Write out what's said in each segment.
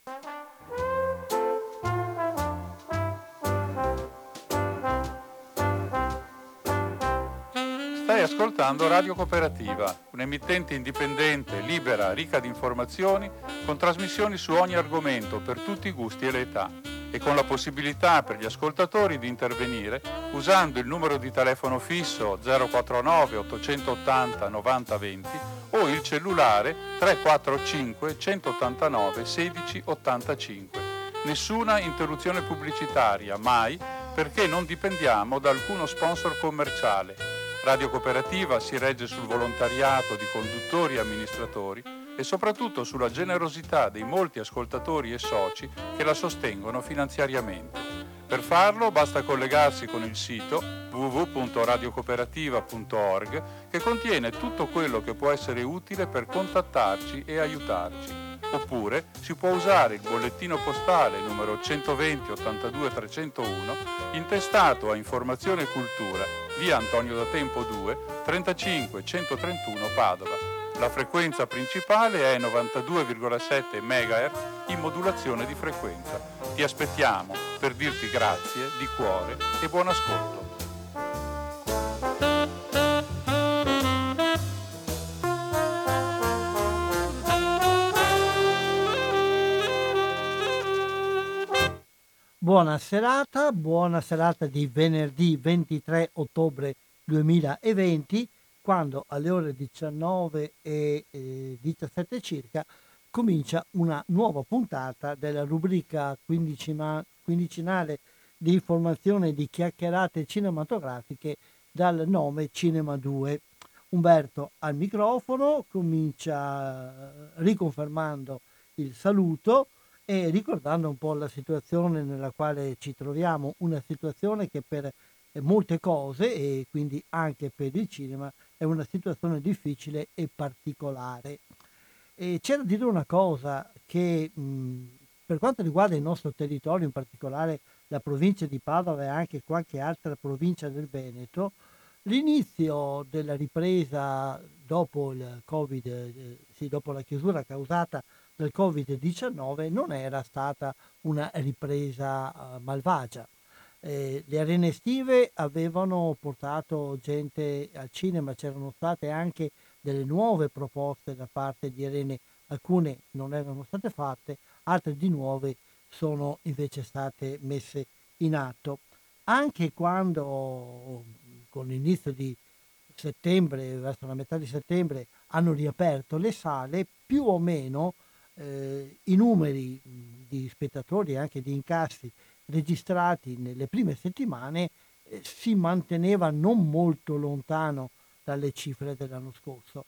Stai ascoltando Radio Cooperativa, un'emittente indipendente, libera, ricca di informazioni, con trasmissioni su ogni argomento per tutti i gusti e le età, e con la possibilità per gli ascoltatori di intervenire usando il numero di telefono fisso 049 880 90 20 o il cellulare 345 189 16 85. Nessuna interruzione pubblicitaria, mai, perché non dipendiamo da alcuno sponsor commerciale. Radio Cooperativa si regge sul volontariato di conduttori e amministratori e soprattutto sulla generosità dei molti ascoltatori e soci che la sostengono finanziariamente. Per farlo basta collegarsi con il sito www.radiocooperativa.org, che contiene tutto quello che può essere utile per contattarci e aiutarci. Oppure si può usare il bollettino postale numero 120 82 301 intestato a Informazione e Cultura, via Antonio da Tempo 2, 35 131 Padova. La frequenza principale è 92,7 MHz in modulazione di frequenza. Ti aspettiamo per dirti grazie di cuore e buon ascolto. Buona serata di venerdì 23 ottobre 2020, quando alle ore 19:17 circa comincia una nuova puntata della rubrica quindicinale di informazione di chiacchierate cinematografiche dal nome Cinema 2. Umberto al microfono, comincia riconfermando il saluto e ricordando un po' la situazione nella quale ci troviamo, una situazione che per molte cose e quindi anche per il cinema è una situazione difficile e particolare. E c'è da dire una cosa, che per quanto riguarda il nostro territorio, in particolare la provincia di Padova e anche qualche altra provincia del Veneto, l'inizio della ripresa dopo il Covid, dopo la chiusura causata del Covid-19 non era stata una ripresa malvagia. Le arene estive avevano portato gente al cinema, c'erano state anche delle nuove proposte da parte di arene, alcune non erano state fatte, altre di nuove sono invece state messe in atto. Anche quando con l'inizio di settembre, verso la metà di settembre, hanno riaperto le sale, più o meno i numeri di spettatori e anche di incassi registrati nelle prime settimane si manteneva non molto lontano dalle cifre dell'anno scorso.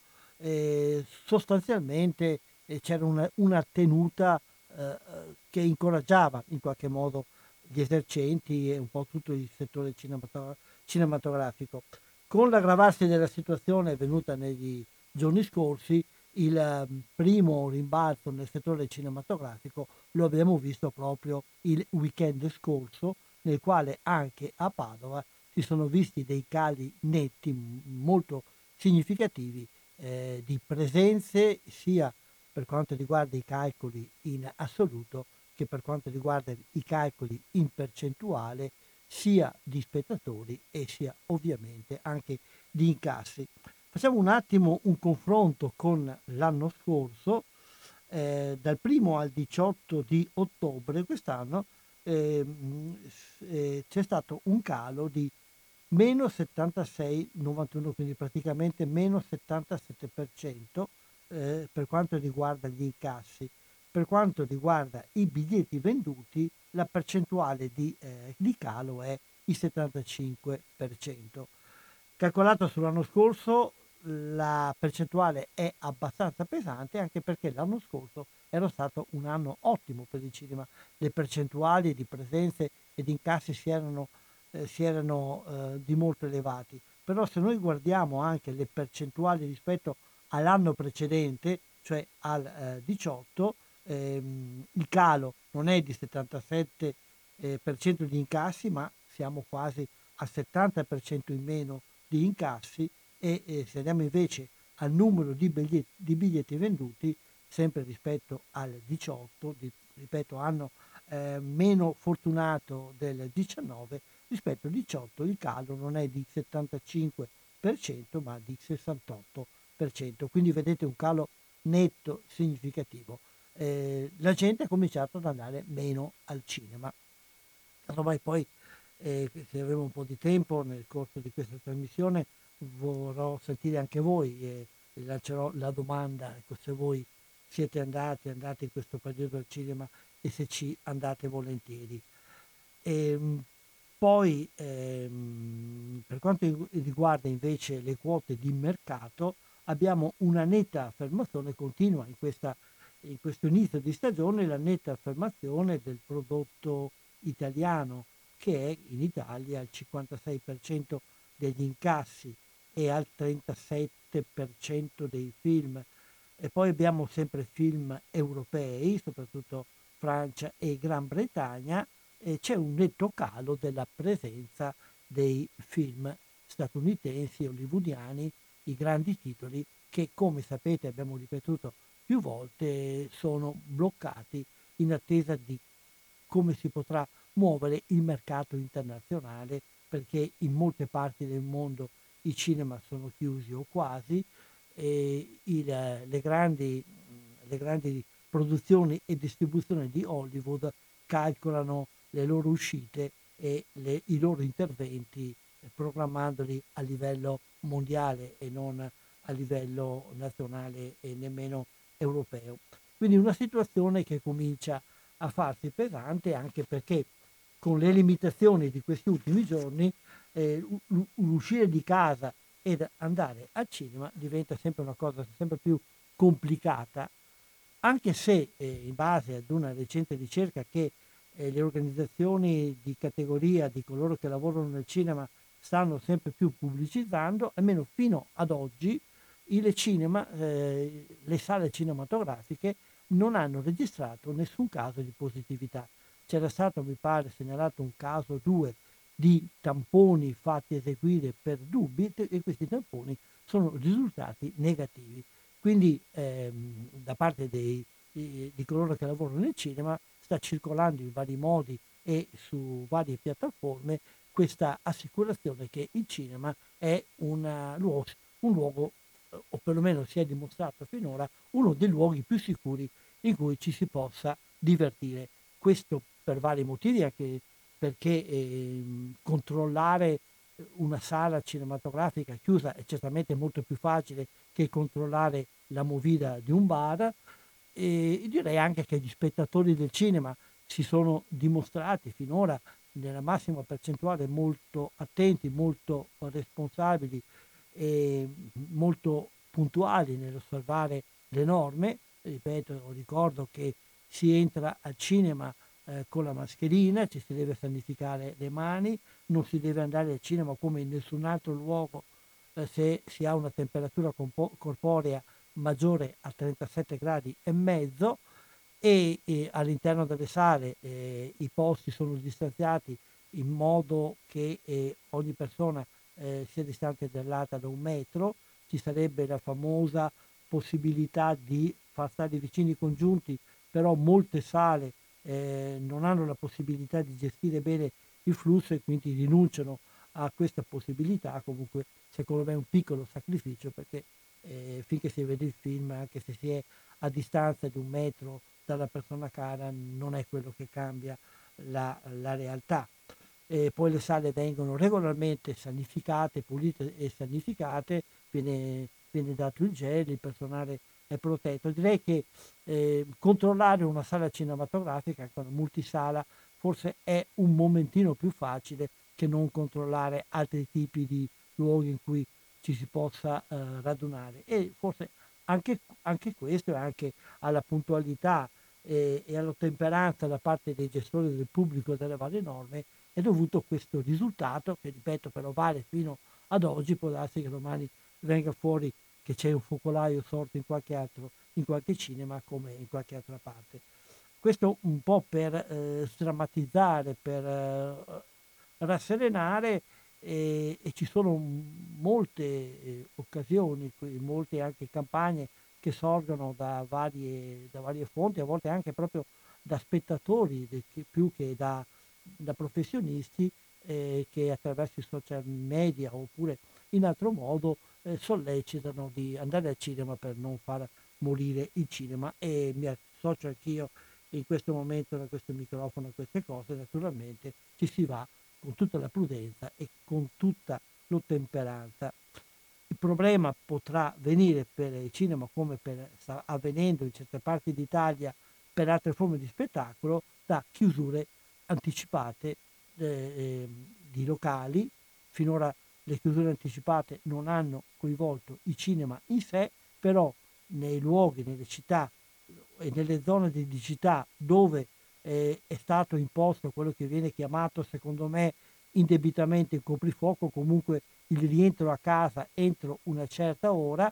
Sostanzialmente c'era una tenuta che incoraggiava in qualche modo gli esercenti e un po' tutto il settore cinematografico. Con l'aggravarsi della situazione venuta negli giorni scorsi, il primo rimbalzo nel settore cinematografico lo abbiamo visto proprio il weekend scorso, nel quale anche a Padova si sono visti dei cali netti molto significativi di presenze, sia per quanto riguarda i calcoli in assoluto che per quanto riguarda i calcoli in percentuale, sia di spettatori e sia ovviamente anche di incassi. Facciamo un attimo un confronto con l'anno scorso. Dal 1 al 18 di ottobre quest'anno c'è stato un calo di meno 76,91, quindi praticamente meno 77% per quanto riguarda gli incassi. Per quanto riguarda i biglietti venduti, la percentuale di calo è il 75%. Calcolato sull'anno scorso, la percentuale è abbastanza pesante, anche perché l'anno scorso era stato un anno ottimo per il cinema. Le percentuali di presenze e di incassi si erano di molto elevati. Però se noi guardiamo anche le percentuali rispetto all'anno precedente, cioè al 18, il calo non è di 77% di incassi, ma siamo quasi al 70% in meno di incassi, e se andiamo invece al numero di biglietti venduti sempre rispetto al 18, ripeto, anno meno fortunato del 19, rispetto al 18 il calo non è di 75% ma di 68%, quindi vedete un calo netto significativo. La gente ha cominciato ad andare meno al cinema. Ormai poi, se avremo un po' di tempo nel corso di questa trasmissione, vorrò sentire anche voi e lancerò la domanda, ecco, se voi siete andati in questo periodo al cinema e se ci andate volentieri. E, poi, per quanto riguarda invece le quote di mercato, abbiamo una netta affermazione continua in questo inizio di stagione, la netta affermazione del prodotto italiano, che è in Italia al 56% degli incassi e al 37% dei film. E poi abbiamo sempre film europei, soprattutto Francia e Gran Bretagna, e c'è un netto calo della presenza dei film statunitensi, hollywoodiani, i grandi titoli che, come sapete, abbiamo ripetuto più volte, sono bloccati in attesa di come si potrà muovere il mercato internazionale, perché in molte parti del mondo i cinema sono chiusi o quasi, e le grandi produzioni e distribuzioni di Hollywood calcolano le loro uscite e i loro interventi, programmandoli a livello mondiale e non a livello nazionale e nemmeno europeo. Quindi una situazione che comincia a farsi pesante, anche perché con le limitazioni di questi ultimi giorni uscire di casa ed andare al cinema diventa sempre una cosa sempre più complicata, anche se in base ad una recente ricerca che le organizzazioni di categoria di coloro che lavorano nel cinema stanno sempre più pubblicizzando, almeno fino ad oggi le sale cinematografiche non hanno registrato nessun caso di positività. C'era stato, mi pare, segnalato un caso o due di tamponi fatti eseguire per dubbi e questi tamponi sono risultati negativi. Quindi da parte di coloro che lavorano nel cinema sta circolando in vari modi e su varie piattaforme questa assicurazione che il cinema è un luogo, o perlomeno si è dimostrato finora, uno dei luoghi più sicuri in cui ci si possa divertire. Questo per vari motivi, anche perché controllare una sala cinematografica chiusa è certamente molto più facile che controllare la movida di un bar, e direi anche che gli spettatori del cinema si sono dimostrati finora nella massima percentuale molto attenti, molto responsabili e molto puntuali nell'osservare le norme. Ripeto, ricordo che si entra al cinema con la mascherina, ci si deve sanificare le mani, non si deve andare al cinema come in nessun altro luogo se si ha una temperatura corporea maggiore a 37 gradi e mezzo, e all'interno delle sale i posti sono distanziati in modo che ogni persona sia distante dall'altra da 1 metro. Ci sarebbe la famosa possibilità di far stare vicini i congiunti, però molte sale non hanno la possibilità di gestire bene il flusso e quindi rinunciano a questa possibilità. Comunque secondo me è un piccolo sacrificio, perché finché si vede il film, anche se si è a distanza di 1 metro dalla persona cara, non è quello che cambia la realtà. Poi le sale vengono regolarmente sanificate, pulite e sanificate, viene dato il gel, il personale è protetto. Direi che controllare una sala cinematografica con una multisala forse è un momentino più facile che non controllare altri tipi di luoghi in cui ci si possa radunare, e forse anche questo, e anche alla puntualità e all'ottemperanza da parte dei gestori del pubblico delle varie norme è dovuto questo risultato, che ripeto però vale fino ad oggi. Può darsi che domani venga fuori che c'è un focolaio sorto in qualche cinema come in qualche altra parte. Questo un po' per sdrammatizzare, per rasserenare, e ci sono molte occasioni, molte anche campagne che sorgono da varie fonti, a volte anche proprio da spettatori, più che da professionisti, che attraverso i social media oppure in altro modo sollecitano di andare al cinema per non far morire il cinema, e mi associo anch'io in questo momento da questo microfono a queste cose. Naturalmente ci si va con tutta la prudenza e con tutta l'ottemperanza. Il problema potrà venire per il cinema, come sta avvenendo in certe parti d'Italia per altre forme di spettacolo, da chiusure anticipate di locali. Finora le chiusure anticipate non hanno coinvolto i cinema in sé, però nei luoghi, nelle città e nelle zone di città dove è stato imposto quello che viene chiamato, secondo me, indebitamente il coprifuoco, comunque il rientro a casa entro una certa ora,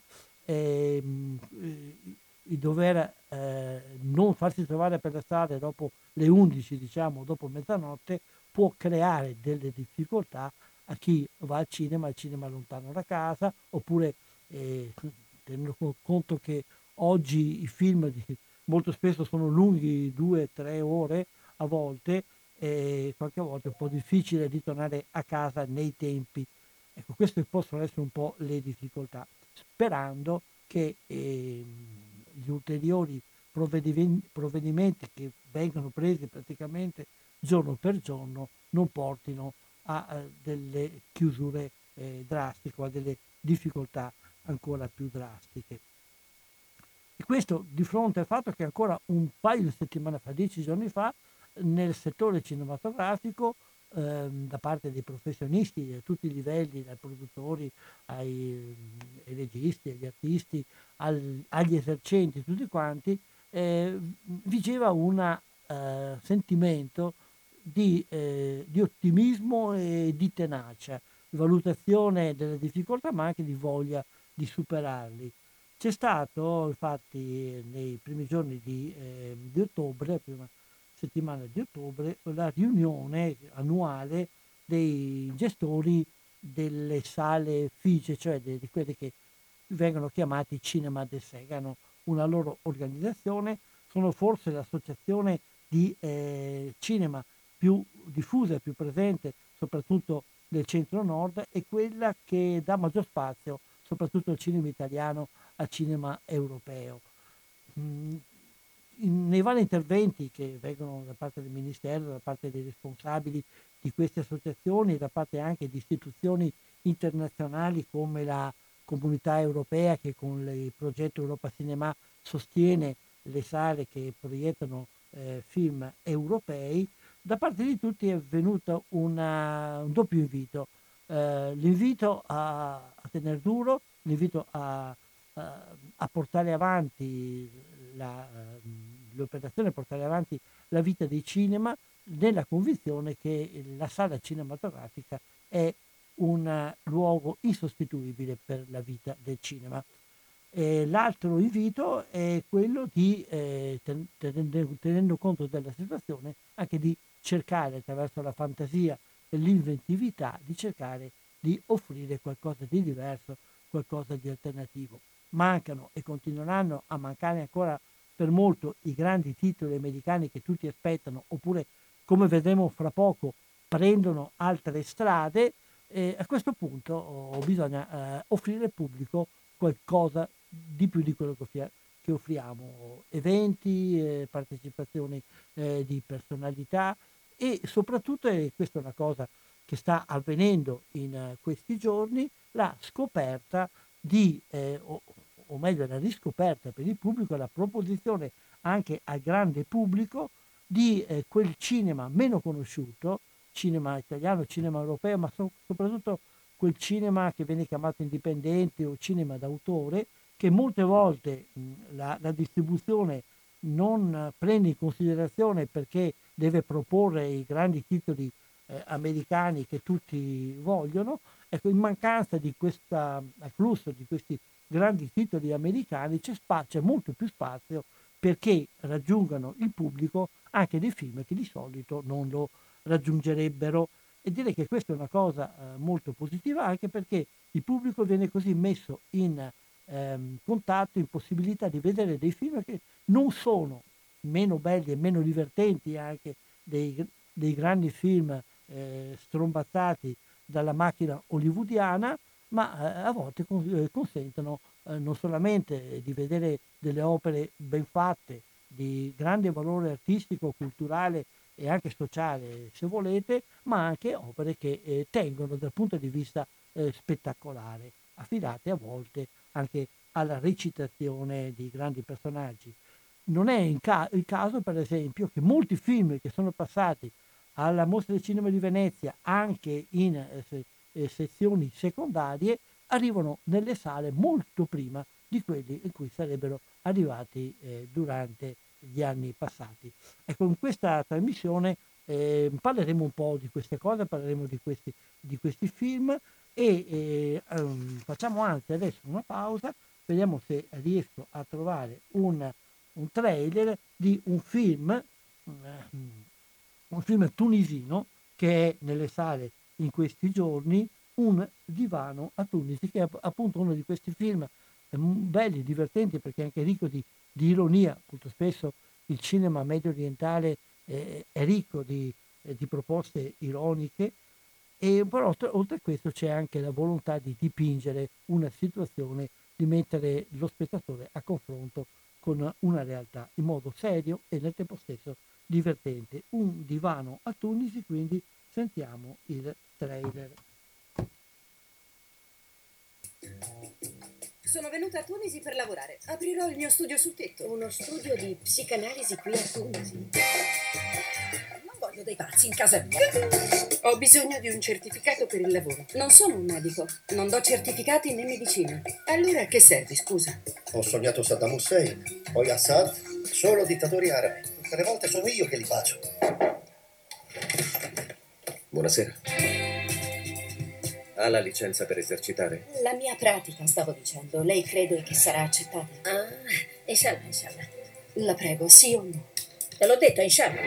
il dover non farsi trovare per le strade dopo le 11, diciamo, dopo mezzanotte, può creare delle difficoltà a chi va al cinema lontano da casa, oppure tenendo conto che oggi i film molto spesso sono lunghi 2-3 ore a volte, e qualche volta è un po' difficile ritornare a casa nei tempi. Ecco, queste possono essere un po' le difficoltà, sperando che gli ulteriori provvedimenti che vengono presi praticamente giorno per giorno non portino a delle chiusure drastiche o a delle difficoltà ancora più drastiche. E questo di fronte al fatto che ancora un paio di settimane fa, 10 giorni fa, nel settore cinematografico, da parte dei professionisti a tutti i livelli, dai produttori ai registi, agli artisti, agli esercenti, tutti quanti, vigeva un sentimento di ottimismo e di tenacia, di valutazione delle difficoltà, ma anche di voglia di superarli. C'è stato infatti nei primi giorni di ottobre, la prima settimana di ottobre, la riunione annuale dei gestori delle sale FIGE, cioè di quelle che vengono chiamati Cinema d'Essai, che hanno una loro organizzazione, sono forse l'associazione di cinema più diffusa e più presente, soprattutto nel centro-nord, e quella che dà maggior spazio, soprattutto al cinema italiano, al cinema europeo. Nei vari interventi che vengono da parte del Ministero, da parte dei responsabili di queste associazioni, da parte anche di istituzioni internazionali come la Comunità Europea, che con il progetto Europa Cinema sostiene le sale che proiettano film europei, da parte di tutti è venuto un doppio invito. L'invito a tenere duro, l'invito a portare avanti l'operazione, a portare avanti la vita dei cinema, nella convinzione che la sala cinematografica è un luogo insostituibile per la vita del cinema. L'altro invito è quello di, tenendo conto della situazione, anche di cercare attraverso la fantasia e l'inventività, di cercare di offrire qualcosa di diverso, qualcosa di alternativo. Mancano e continueranno a mancare ancora per molto i grandi titoli americani che tutti aspettano, oppure, come vedremo fra poco, prendono altre strade. A questo punto bisogna offrire al pubblico qualcosa di più di quello che offriamo, eventi, partecipazioni di personalità, e soprattutto, e questa è una cosa che sta avvenendo in questi giorni, la scoperta o meglio la riscoperta per il pubblico, la proposizione anche al grande pubblico di quel cinema meno conosciuto, cinema italiano, cinema europeo, ma soprattutto quel cinema che viene chiamato indipendente o cinema d'autore, che molte volte la distribuzione non prende in considerazione perché deve proporre i grandi titoli americani che tutti vogliono. Ecco, in mancanza di questo afflusso di questi grandi titoli americani c'è molto più spazio perché raggiungano il pubblico anche dei film che di solito non lo raggiungerebbero. E direi che questa è una cosa molto positiva, anche perché il pubblico viene così messo in contatto, in possibilità di vedere dei film che non sono meno belli e meno divertenti anche dei grandi film strombazzati dalla macchina hollywoodiana, ma a volte consentono non solamente di vedere delle opere ben fatte, di grande valore artistico, culturale e anche sociale, se volete, ma anche opere che tengono dal punto di vista spettacolare, affidate a volte anche alla recitazione di grandi personaggi. Non è il caso, per esempio, che molti film che sono passati alla Mostra del Cinema di Venezia, anche in sezioni secondarie, arrivano nelle sale molto prima di quelli in cui sarebbero arrivati durante gli anni passati. Ecco, in questa trasmissione parleremo un po' di queste cose, parleremo di questi film e facciamo anzi adesso una pausa, vediamo se riesco a trovare un trailer di un film tunisino che è nelle sale in questi giorni, Un divano a Tunisi, che è appunto uno di questi film belli, divertenti, perché è anche ricco di ironia. Molto spesso il cinema medio orientale è ricco di proposte ironiche, e però oltre a questo c'è anche la volontà di dipingere una situazione, di mettere lo spettatore a confronto con una realtà in modo serio e nel tempo stesso divertente. Un divano a Tunisi, quindi sentiamo il trailer. Sono venuta a Tunisi per lavorare. Aprirò il mio studio sul tetto. Uno studio di psicanalisi qui a Tunisi. Non voglio dei pazzi in casa mia. Ho bisogno di un certificato per il lavoro. Non sono un medico. Non do certificati né medicina. Allora che serve, scusa? Ho sognato Saddam Hussein, poi Assad, solo dittatori arabi. Tutte le volte sono io che li faccio. Buonasera. Ha la licenza per esercitare? La mia pratica, stavo dicendo. Lei crede che sarà accettata? Ah, inshallah, inshallah. La prego, sì o no? Te l'ho detto, inshallah.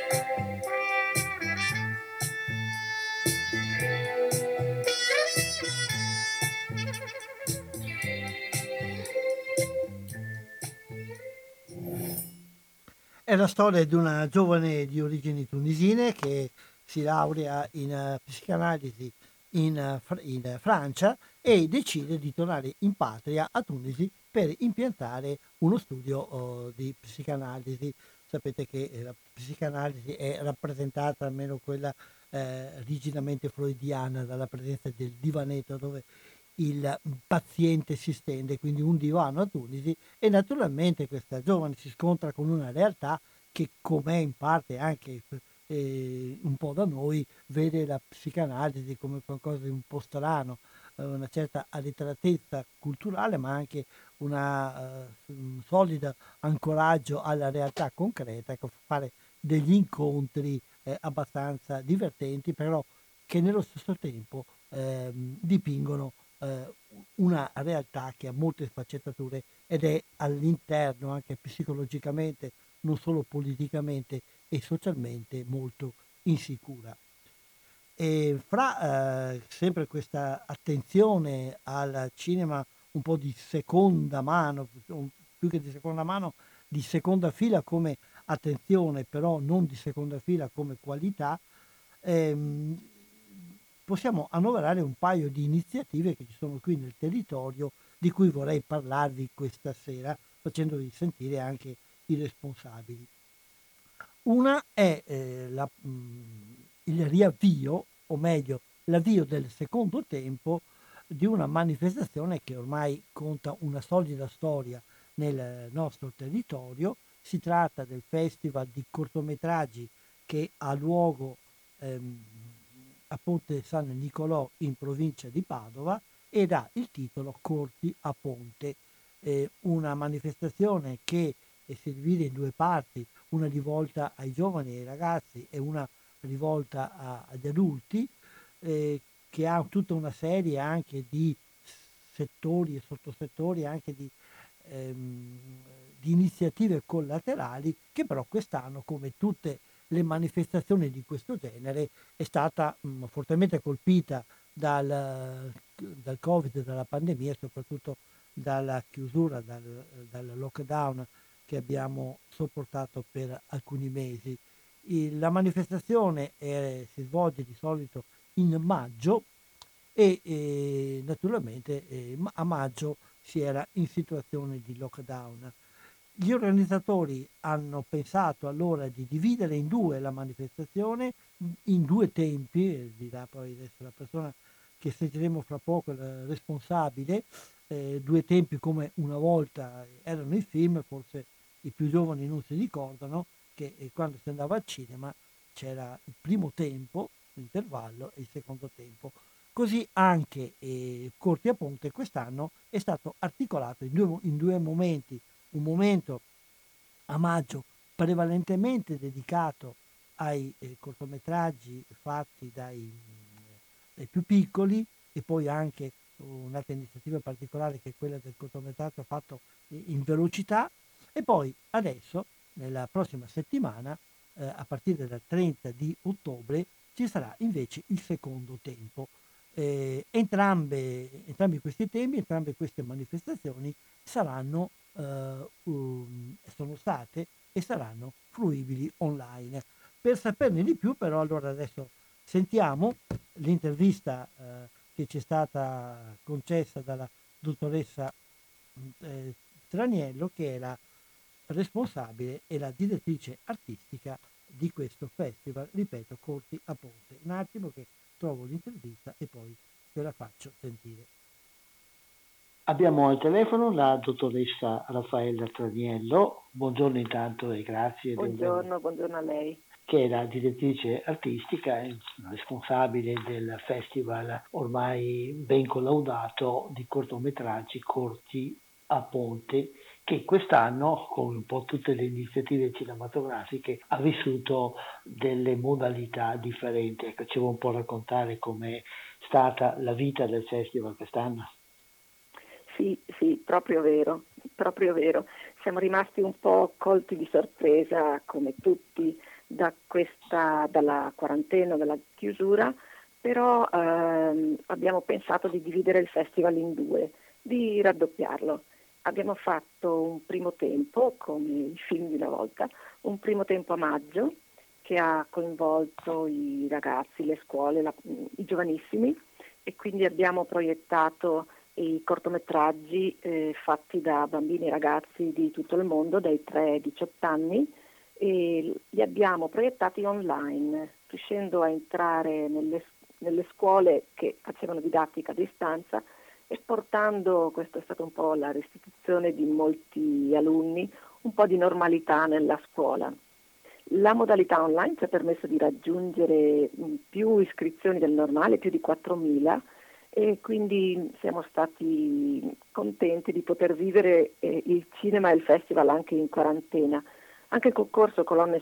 È la storia di una giovane di origini tunisine che si laurea in psicanalisi in Francia e decide di tornare in patria a Tunisi per impiantare uno studio di psicanalisi. Sapete che la psicanalisi è rappresentata, almeno quella rigidamente freudiana, dalla presenza del divanetto dove il paziente si stende, quindi un divano a Tunisi, e naturalmente questa giovane si scontra con una realtà che, com'è in parte anche un po' da noi, vede la psicanalisi come qualcosa di un po' strano, una certa arretratezza culturale, ma anche un solido ancoraggio alla realtà concreta, ecco, fare degli incontri abbastanza divertenti, però che nello stesso tempo dipingono una realtà che ha molte sfaccettature ed è all'interno anche psicologicamente, non solo politicamente e socialmente, molto insicura. E fra sempre questa attenzione al cinema un po' di seconda mano, più che di seconda mano, di seconda fila come attenzione, però non di seconda fila come qualità, possiamo annoverare un paio di iniziative che ci sono qui nel territorio, di cui vorrei parlarvi questa sera, facendovi sentire anche i responsabili. Una è il riavvio, o meglio, l'avvio del secondo tempo di una manifestazione che ormai conta una solida storia nel nostro territorio. Si tratta del Festival di cortometraggi che ha luogo a Ponte San Nicolò in provincia di Padova ed ha il titolo Corti a Ponte, una manifestazione che si divide in due parti, una rivolta ai giovani e ai ragazzi e una rivolta agli adulti, che ha tutta una serie anche di settori e sottosettori, anche di iniziative collaterali, che però quest'anno, come tutte le manifestazioni di questo genere, è stata fortemente colpita dal Covid, dalla pandemia, soprattutto dalla chiusura, dal lockdown che abbiamo sopportato per alcuni mesi. La manifestazione si svolge di solito in maggio e naturalmente a maggio si era in situazione di lockdown. Gli organizzatori hanno pensato allora di dividere in due la manifestazione, in due tempi, dirà poi adesso la persona che sentiremo fra poco, il responsabile, due tempi come una volta erano i film, forse i più giovani non si ricordano che quando si andava al cinema c'era il primo tempo, l'intervallo, e il secondo tempo. Così anche Corti a Ponte quest'anno è stato articolato in due momenti, un momento a maggio prevalentemente dedicato ai cortometraggi fatti dai più piccoli e poi anche un'altra iniziativa particolare che è quella del cortometraggio fatto in velocità, e poi adesso nella prossima settimana a partire dal 30 di ottobre ci sarà invece il secondo tempo. Entrambi questi temi, entrambe queste manifestazioni saranno sono state e saranno fruibili online. Per saperne di più però allora adesso sentiamo l'intervista che ci è stata concessa dalla dottoressa Traniello, che è la responsabile e la direttrice artistica di questo festival, ripeto, Corti a Ponte. Un attimo che trovo l'intervista e poi ve la faccio sentire. Abbiamo al telefono la dottoressa Raffaella Traniello. Buongiorno intanto e grazie. Buongiorno a lei. Che è la direttrice artistica e responsabile del festival ormai ben collaudato di cortometraggi Corti a Ponte, che quest'anno, come un po' tutte le iniziative cinematografiche, ha vissuto delle modalità differenti. Ecco, ci vuoi un po' raccontare com'è stata la vita del festival quest'anno? Sì, proprio vero. Siamo rimasti un po' colti di sorpresa, come tutti, dalla quarantena, dalla chiusura, però abbiamo pensato di dividere il festival in due, di raddoppiarlo. Abbiamo fatto un primo tempo, come i film di una volta, un primo tempo a maggio che ha coinvolto i ragazzi, le scuole, i giovanissimi, e quindi abbiamo proiettato i cortometraggi fatti da bambini e ragazzi di tutto il mondo, dai 3 ai 18 anni, e li abbiamo proiettati online, riuscendo a entrare nelle scuole che facevano didattica a distanza e portando, questa è stata un po' la restituzione di molti alunni, un po' di normalità nella scuola. La modalità online ci ha permesso di raggiungere più iscrizioni del normale, più di 4.000, e quindi siamo stati contenti di poter vivere il cinema e il festival anche in quarantena. Anche il concorso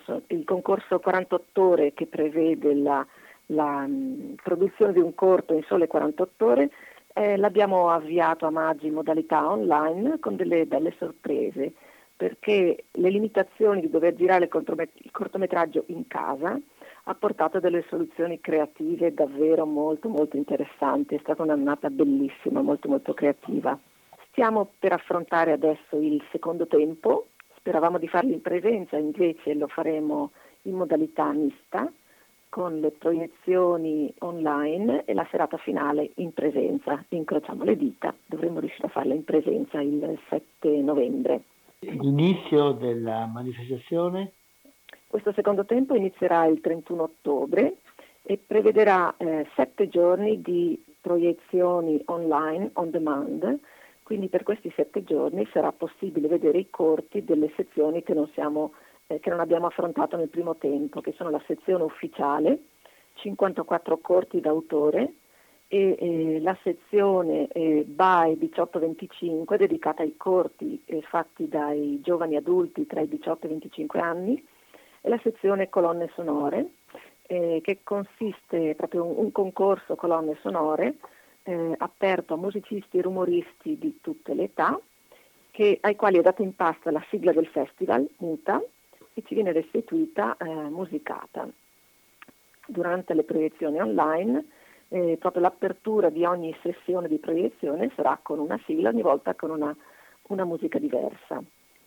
48 ore, che prevede la produzione di un corto in sole 48 ore, l'abbiamo avviato a maggio in modalità online con delle belle sorprese, perché le limitazioni di dover girare il cortometraggio in casa ha portato a delle soluzioni creative davvero molto molto interessanti. È stata un'annata bellissima, molto molto creativa. Stiamo per affrontare adesso il secondo tempo. Speravamo di farlo in presenza, invece lo faremo in modalità mista, con le proiezioni online e la serata finale in presenza. Incrociamo le dita, dovremmo riuscire a farla in presenza il 7 novembre. L'inizio della manifestazione? Questo secondo tempo inizierà il 31 ottobre e prevederà 7 giorni di proiezioni online, on demand. Quindi per questi 7 giorni sarà possibile vedere i corti delle sezioni che non abbiamo affrontato nel primo tempo, che sono la sezione ufficiale, 54 corti d'autore, e la sezione by 18-25 dedicata ai corti fatti dai giovani adulti tra i 18 e i 25 anni, e la sezione colonne sonore, che consiste proprio in un concorso colonne sonore aperto a musicisti e rumoristi di tutte le età, ai quali è data in pasto la sigla del festival, muta, e ci viene restituita musicata. Durante le proiezioni online proprio l'apertura di ogni sessione di proiezione sarà con una sigla, ogni volta con una musica diversa.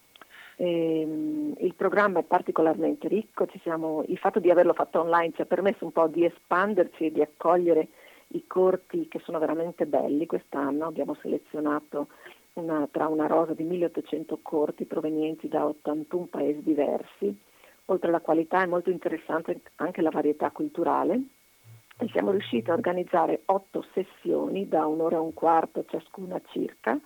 Il programma è particolarmente ricco, il fatto di averlo fatto online ci ha permesso un po' di espanderci e di accogliere i corti che sono veramente belli. Quest'anno abbiamo selezionato tra una rosa di 1800 corti provenienti da 81 paesi diversi. Oltre alla qualità è molto interessante anche la varietà culturale e siamo riusciti a organizzare 8 sessioni da 1 ora e un quarto ciascuna circa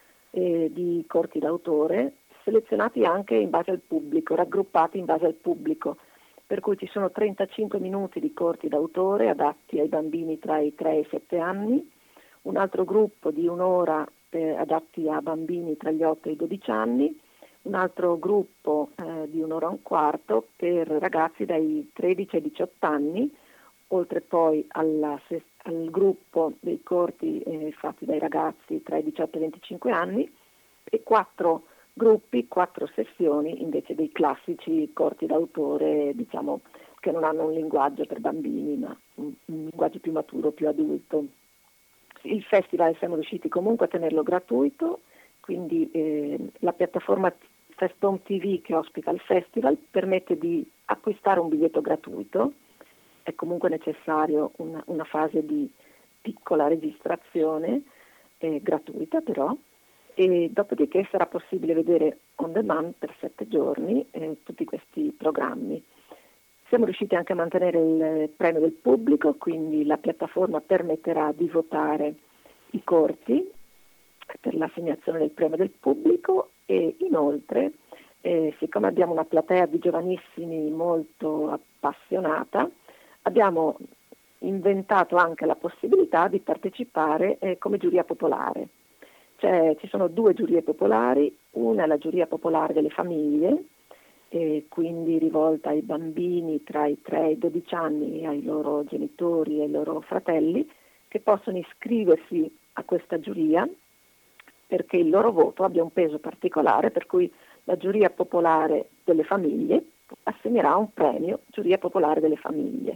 di corti d'autore, selezionati anche in base al pubblico, raggruppati in base al pubblico, per cui ci sono 35 minuti di corti d'autore adatti ai bambini tra i 3 e i 7 anni, un altro gruppo di 1 ora adatti a bambini tra gli 8 e i 12 anni, un altro gruppo di 1 ora e un quarto per ragazzi dai 13 ai 18 anni, oltre poi al gruppo dei corti fatti dai ragazzi tra i 18 e i 25 anni, e 4 gruppi, 4 sessioni invece dei classici corti d'autore, diciamo, che non hanno un linguaggio per bambini, ma un linguaggio più maturo, più adulto. Il festival siamo riusciti comunque a tenerlo gratuito, quindi la piattaforma Festhome TV che ospita il festival permette di acquistare un biglietto gratuito. È comunque necessario una fase di piccola registrazione, gratuita però, e dopodiché sarà possibile vedere on demand per 7 giorni tutti questi programmi. Siamo riusciti anche a mantenere il premio del pubblico, quindi la piattaforma permetterà di votare i corti per l'assegnazione del premio del pubblico e inoltre, siccome abbiamo una platea di giovanissimi molto appassionata, abbiamo inventato anche la possibilità di partecipare come giuria popolare. Cioè, ci sono 2 giurie popolari, una è la giuria popolare delle famiglie, quindi rivolta ai bambini tra i 3 e i 12 anni, ai loro genitori e ai loro fratelli, che possono iscriversi a questa giuria perché il loro voto abbia un peso particolare, per cui la giuria popolare delle famiglie assegnerà un premio giuria popolare delle famiglie.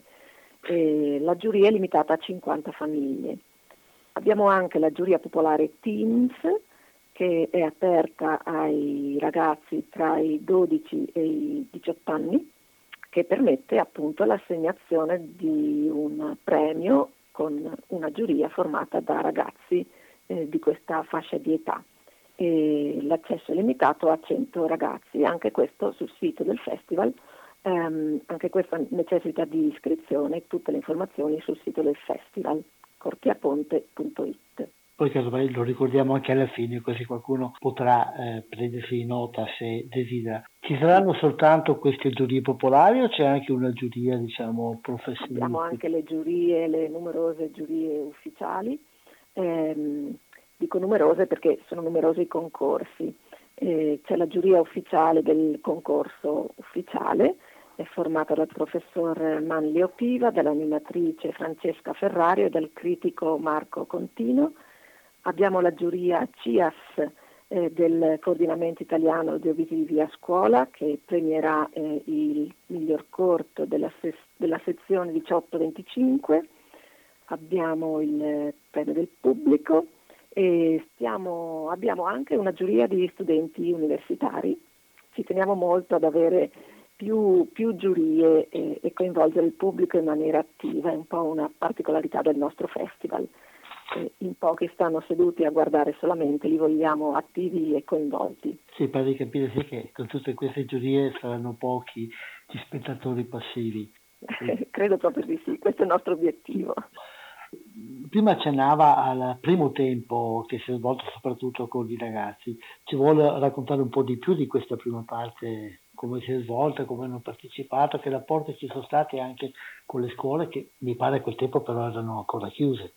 La giuria è limitata a 50 famiglie. Abbiamo anche la giuria popolare Teens, che è aperta ai ragazzi tra i 12 e i 18 anni, che permette appunto l'assegnazione di un premio con una giuria formata da ragazzi di questa fascia di età. E l'accesso è limitato a 100 ragazzi, anche questo sul sito del festival. Anche questa necessita di iscrizione, tutte le informazioni sul sito del festival, cortiaponte.it. Poi casomai lo ricordiamo anche alla fine, così qualcuno potrà prendersi nota se desidera. Ci saranno soltanto queste giurie popolari o c'è anche una giuria, diciamo, professionale? Abbiamo anche le giurie, le numerose giurie ufficiali. Dico numerose perché sono numerosi i concorsi. C'è la giuria ufficiale del concorso ufficiale, è formata dal professor Manlio Piva, dall'animatrice Francesca Ferrario e dal critico Marco Contino. Abbiamo la giuria CIAS del coordinamento italiano audiovisivi a scuola, che premierà il miglior corto della sezione 18-25. Abbiamo il premio del pubblico e abbiamo anche una giuria di studenti universitari. Ci teniamo molto ad avere più giurie e coinvolgere il pubblico in maniera attiva, è un po' una particolarità del nostro festival. In pochi stanno seduti a guardare solamente, li vogliamo attivi e coinvolti. Sì, pare di capire sì che con tutte queste giurie saranno pochi gli spettatori passivi. Credo proprio di sì, questo è il nostro obiettivo. Prima accennava al primo tempo che si è svolto soprattutto con i ragazzi. Ci vuole raccontare un po' di più di questa prima parte, come si è svolta, come hanno partecipato, che rapporti ci sono stati anche con le scuole che mi pare a quel tempo però erano ancora chiuse.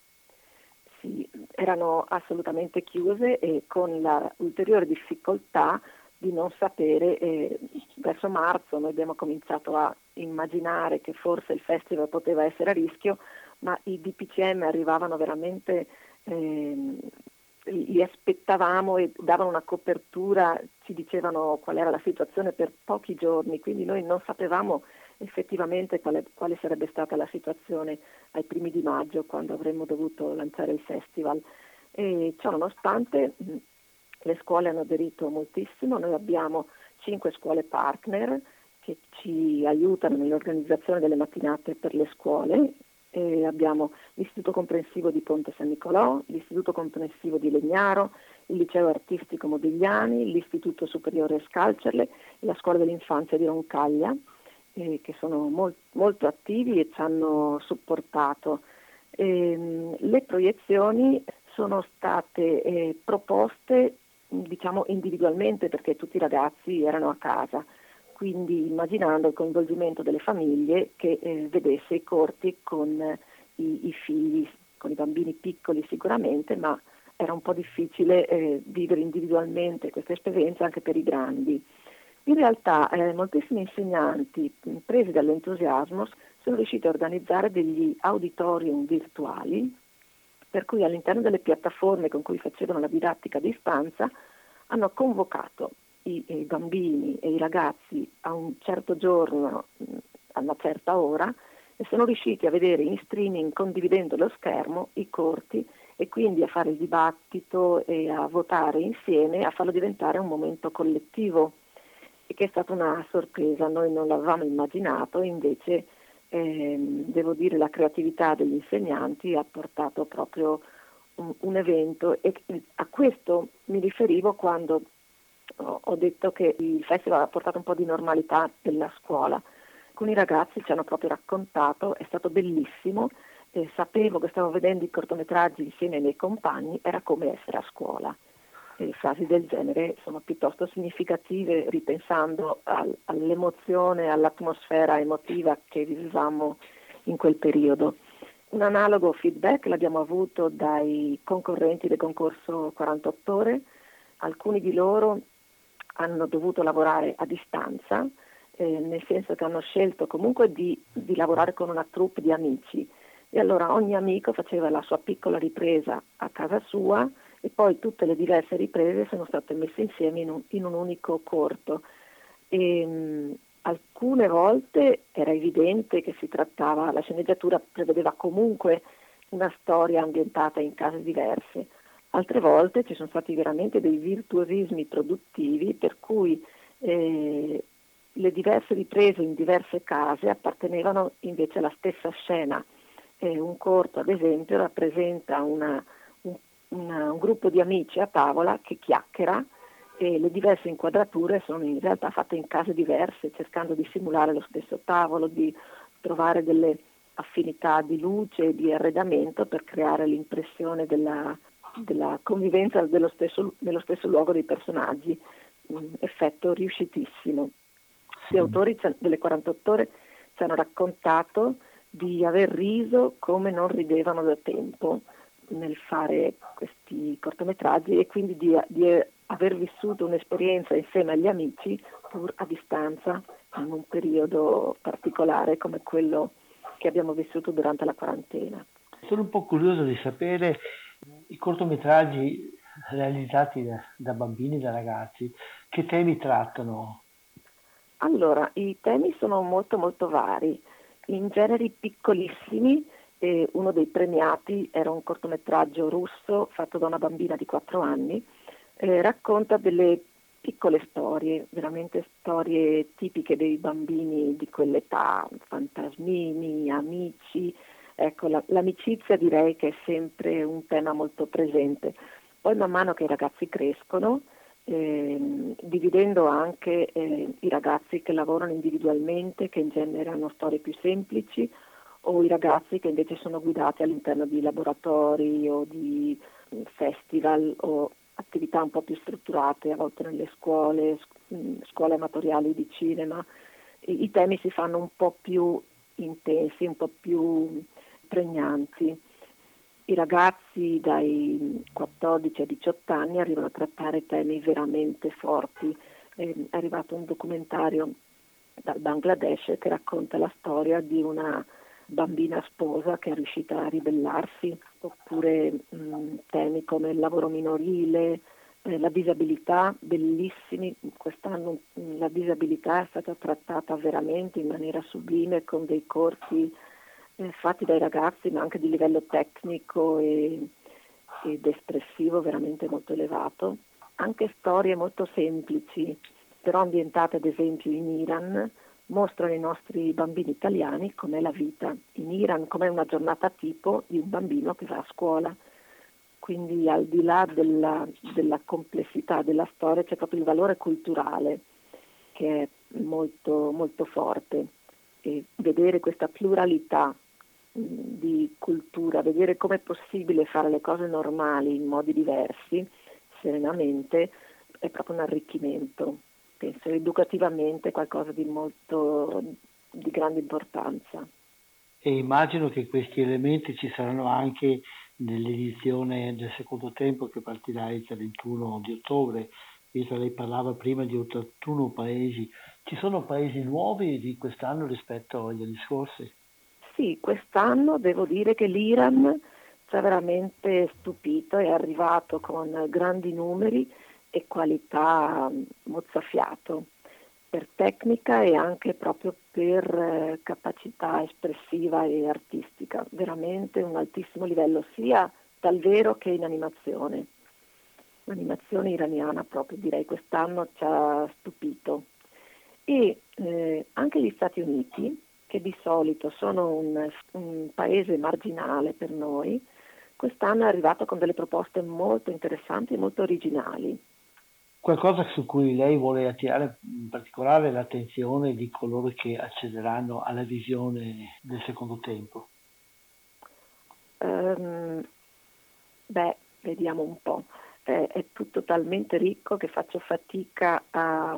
Sì, erano assolutamente chiuse e con la ulteriore difficoltà di non sapere, verso marzo noi abbiamo cominciato a immaginare che forse il festival poteva essere a rischio, ma i DPCM arrivavano veramente li aspettavamo e davano una copertura, ci dicevano qual era la situazione per pochi giorni, quindi noi non sapevamo effettivamente quale sarebbe stata la situazione ai primi di maggio, quando avremmo dovuto lanciare il festival. E ciò nonostante le scuole hanno aderito moltissimo. Noi abbiamo 5 scuole partner che ci aiutano nell'organizzazione delle mattinate per le scuole. Abbiamo l'Istituto Comprensivo di Ponte San Nicolò, l'Istituto Comprensivo di Legnaro, il Liceo Artistico Modigliani, l'Istituto Superiore Scalcerle e la Scuola dell'Infanzia di Roncaglia, che sono molto attivi e ci hanno supportato. Le proiezioni sono state proposte, diciamo, individualmente, perché tutti i ragazzi erano a casa, quindi immaginando il coinvolgimento delle famiglie che vedesse i corti con i figli, con i bambini piccoli sicuramente, ma era un po' difficile vivere individualmente questa esperienza anche per i grandi. In realtà moltissimi insegnanti, presi dall'entusiasmo, sono riusciti a organizzare degli auditorium virtuali, per cui all'interno delle piattaforme con cui facevano la didattica a distanza hanno convocato i bambini e i ragazzi a un certo giorno, a una certa ora, e sono riusciti a vedere in streaming, condividendo lo schermo, i corti, e quindi a fare il dibattito e a votare insieme, a farlo diventare un momento collettivo, e che è stata una sorpresa. Noi non l'avevamo immaginato, invece devo dire la creatività degli insegnanti ha portato proprio un evento, e a questo mi riferivo quando ho detto che il festival ha portato un po' di normalità nella scuola. Alcuni ragazzi ci hanno proprio raccontato: è stato bellissimo, sapevo che stavo vedendo i cortometraggi insieme ai miei compagni, era come essere a scuola. E frasi del genere sono piuttosto significative, ripensando all'emozione, all'atmosfera emotiva che vivevamo in quel periodo. Un analogo feedback l'abbiamo avuto dai concorrenti del concorso 48 ore. Alcuni di loro hanno dovuto lavorare a distanza, nel senso che hanno scelto comunque di lavorare con una troupe di amici, e allora ogni amico faceva la sua piccola ripresa a casa sua, e poi tutte le diverse riprese sono state messe insieme in un unico corto. Alcune volte era evidente che si trattava, la sceneggiatura prevedeva comunque una storia ambientata in case diverse. Altre volte ci sono stati veramente dei virtuosismi produttivi, per cui le diverse riprese in diverse case appartenevano invece alla stessa scena. Un corto, ad esempio, rappresenta un gruppo di amici a tavola che chiacchiera, e le diverse inquadrature sono in realtà fatte in case diverse, cercando di simulare lo stesso tavolo, di trovare delle affinità di luce e di arredamento per creare l'impressione della convivenza nello stesso luogo dei personaggi. Un effetto riuscitissimo. Gli autori delle 48 ore ci hanno raccontato di aver riso come non ridevano da tempo nel fare questi cortometraggi, e quindi di aver vissuto un'esperienza insieme agli amici, pur a distanza, in un periodo particolare come quello che abbiamo vissuto durante la quarantena. Sono un po' curioso di sapere i cortometraggi realizzati da bambini e da ragazzi, che temi trattano? Allora, i temi sono molto molto vari, in generi piccolissimi. Uno dei premiati era un cortometraggio russo fatto da una bambina di 4 anni, racconta delle piccole storie, veramente storie tipiche dei bambini di quell'età, fantasmini, amici. Ecco, l'amicizia direi che è sempre un tema molto presente. Poi man mano che i ragazzi crescono, dividendo anche i ragazzi che lavorano individualmente, che in genere hanno storie più semplici, o i ragazzi che invece sono guidati all'interno di laboratori o di festival o attività un po' più strutturate, a volte nelle scuole amatoriali di cinema. I temi si fanno un po' più intensi, un po' più pregnanti. I ragazzi dai 14 ai 18 anni arrivano a trattare temi veramente forti. È arrivato un documentario dal Bangladesh che racconta la storia di una bambina sposa che è riuscita a ribellarsi, oppure temi come il lavoro minorile, la disabilità, bellissimi. Quest'anno la disabilità è stata trattata veramente in maniera sublime con dei corsi fatti dai ragazzi, ma anche di livello tecnico ed espressivo veramente molto elevato. Anche storie molto semplici, però ambientate ad esempio in Iran, mostrano ai nostri bambini italiani com'è la vita in Iran, com'è una giornata tipo di un bambino che va a scuola. Quindi al di là della complessità della storia c'è proprio il valore culturale che è molto, molto forte. E vedere questa pluralità di cultura, vedere com'è possibile fare le cose normali in modi diversi, serenamente, è proprio un arricchimento. Penso educativamente qualcosa di di grande importanza. E immagino che questi elementi ci saranno anche nell'edizione del secondo tempo che partirà il 31 di ottobre. Visto che lei parlava prima di 81 paesi, ci sono paesi nuovi di quest'anno rispetto agli anni scorsi? Sì, quest'anno devo dire che l'Iran ci ha veramente stupito, è arrivato con grandi numeri e qualità mozzafiato, per tecnica e anche proprio per capacità espressiva e artistica, veramente un altissimo livello sia dal vero che in animazione. L'animazione iraniana proprio direi quest'anno ci ha stupito. E anche gli Stati Uniti, che di solito sono un paese marginale per noi, quest'anno è arrivato con delle proposte molto interessanti e molto originali. Qualcosa su cui lei vuole attirare in particolare l'attenzione di coloro che accederanno alla visione del secondo tempo? Vediamo un po'. È tutto talmente ricco che faccio fatica a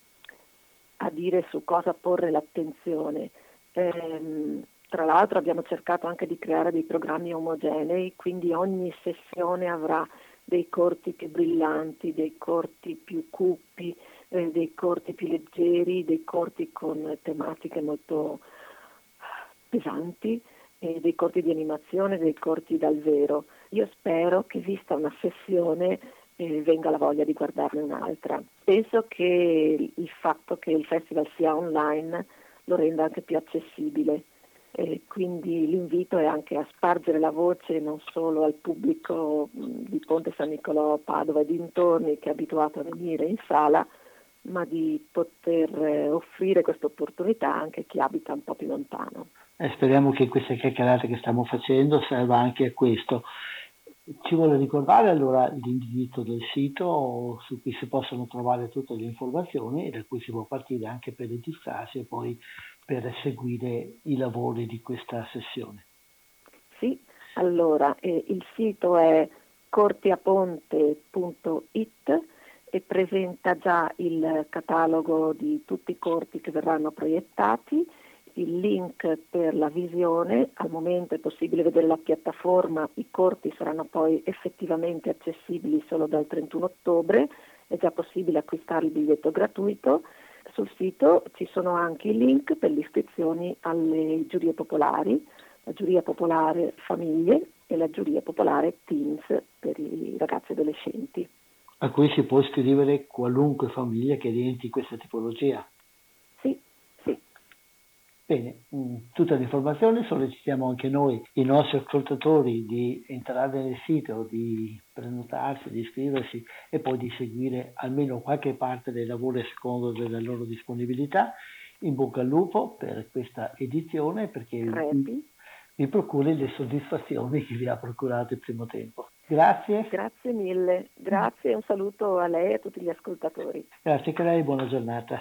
dire su cosa porre l'attenzione. Tra l'altro abbiamo cercato anche di creare dei programmi omogenei, quindi ogni sessione avrà dei corti più brillanti, dei corti più cupi, dei corti più leggeri, dei corti con tematiche molto pesanti, dei corti di animazione, dei corti dal vero. Io spero che vista una sessione venga la voglia di guardarne un'altra. Penso che il fatto che il festival sia online lo renda anche più accessibile. Quindi l'invito è anche a spargere la voce non solo al pubblico di Ponte San Nicolò, Padova e dintorni che è abituato a venire in sala, ma di poter offrire questa opportunità anche a chi abita un po' più lontano. Speriamo che queste chiacchierate che stiamo facendo serva anche a questo. Ci vuole ricordare allora l'indirizzo del sito su cui si possono trovare tutte le informazioni e da cui si può partire anche per registrarsi e poi per seguire i lavori di questa sessione. Sì, allora il sito è cortiaponte.it e presenta già il catalogo di tutti i corti che verranno proiettati, il link per la visione. Al momento è possibile vedere la piattaforma, i corti saranno poi effettivamente accessibili solo dal 31 ottobre, è già possibile acquistare il biglietto gratuito. Sul sito ci sono anche i link per le iscrizioni alle giurie popolari, la giuria popolare famiglie e la giuria popolare teens per i ragazzi adolescenti. A cui si può iscrivere qualunque famiglia che rientri in questa tipologia? Sì. Bene, tutte le informazioni, sollecitiamo anche noi, i nostri ascoltatori, di entrare nel sito, di prenotarsi, di iscriversi e poi di seguire almeno qualche parte dei lavori a secondo della loro disponibilità. In bocca al lupo per questa edizione perché vi procuri le soddisfazioni che vi ha procurato il primo tempo. Grazie. Grazie mille, grazie e un saluto a lei e a tutti gli ascoltatori. Grazie a lei, buona giornata.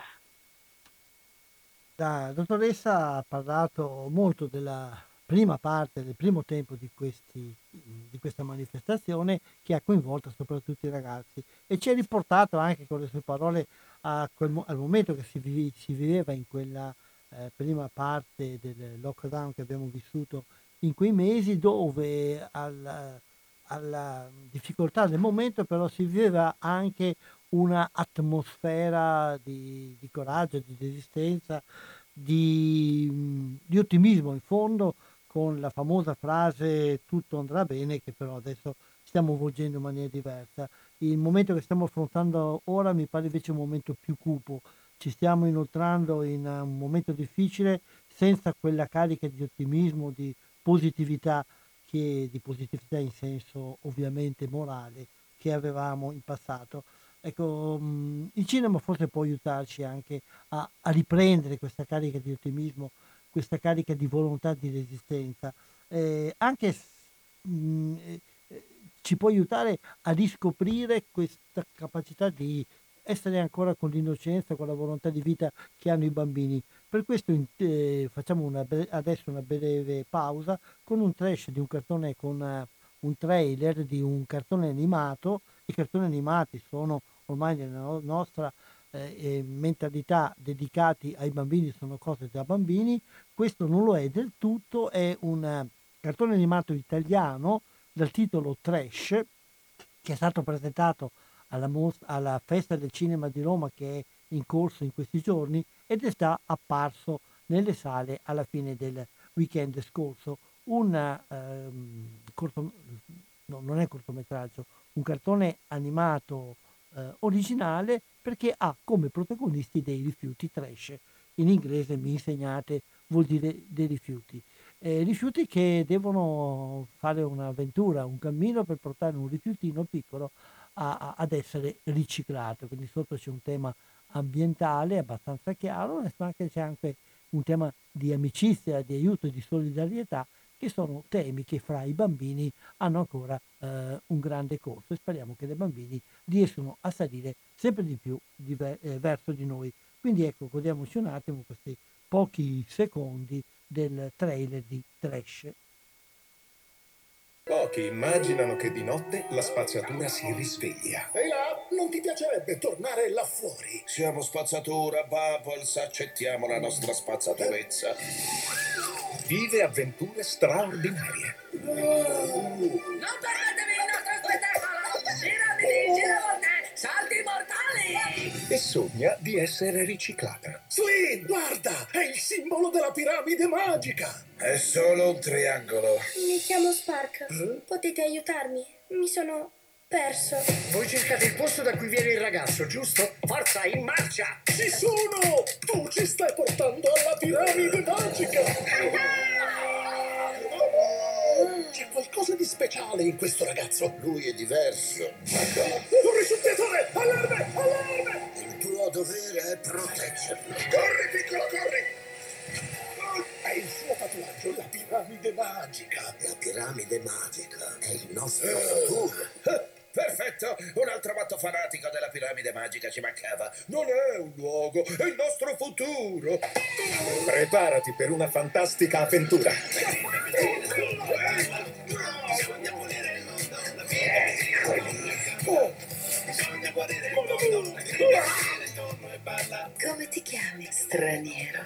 La dottoressa ha parlato molto della prima parte, del primo tempo di questa manifestazione che ha coinvolto soprattutto i ragazzi e ci ha riportato anche con le sue parole al momento che si viveva in quella prima parte del lockdown che abbiamo vissuto in quei mesi, dove alla difficoltà del momento però si viveva anche una atmosfera di coraggio, di resistenza, di ottimismo in fondo, con la famosa frase tutto andrà bene, che però adesso stiamo volgendo in maniera diversa. Il momento che stiamo affrontando ora mi pare invece un momento più cupo, ci stiamo inoltrando in un momento difficile senza quella carica di ottimismo, di positività in senso ovviamente morale che avevamo in passato. Ecco, il cinema forse può aiutarci anche a riprendere questa carica di ottimismo, questa carica di volontà di resistenza, anche ci può aiutare a riscoprire questa capacità di essere ancora con l'innocenza, con la volontà di vita che hanno i bambini. Per questo facciamo adesso una breve pausa con un trash di un cartone, con un trailer di un cartone animato. I cartoni animati sono ormai nella nostra mentalità dedicati ai bambini, sono cose da bambini. Questo non lo è del tutto, è un cartone animato italiano dal titolo Trash, che è stato presentato alla Festa del Cinema di Roma, che è in corso in questi giorni, ed è già apparso nelle sale alla fine del weekend scorso. Non è cortometraggio, un cartone animato originale, perché ha come protagonisti dei rifiuti trash. In inglese, mi insegnate, vuol dire dei rifiuti. Rifiuti che devono fare un'avventura, un cammino per portare un rifiutino piccolo ad essere riciclato. Quindi sotto c'è un tema ambientale abbastanza chiaro, ma c'è anche un tema di amicizia, di aiuto e di solidarietà, che sono temi che fra i bambini hanno ancora un grande corso, e speriamo che i bambini riescano a salire sempre di più verso di noi. Quindi ecco, godiamoci un attimo questi pochi secondi del trailer di Trash. Pochi immaginano che di notte la spazzatura si risveglia. Ehi là, non ti piacerebbe tornare là fuori? Siamo spazzatura, Bubbles, accettiamo la nostra spazzaturezza. Vive avventure straordinarie. Non perdetevi il nostro spettacolo! Piramidi, giramolte, salti mortali! E sogna di essere riciclata. Sì, guarda, è il simbolo della piramide magica. È solo un triangolo. Mi chiamo Spark. Potete aiutarmi? Mi sono perso. Voi cercate il posto da cui viene il ragazzo, giusto? Forza, in marcia! Ci sono! Tu ci stai portando alla piramide magica! C'è qualcosa di speciale in questo ragazzo. Lui è diverso. Corri sul piatone! Allarme! Allarme! Il tuo dovere è proteggerlo. Corri, piccolo, corri! È il suo tatuaggio, la piramide magica. La piramide magica è il nostro futuro. Perfetto, un altro matto fanatico della piramide magica ci mancava. Non è un luogo, è il nostro futuro. Preparati per una fantastica avventura. Come ti chiami, straniero?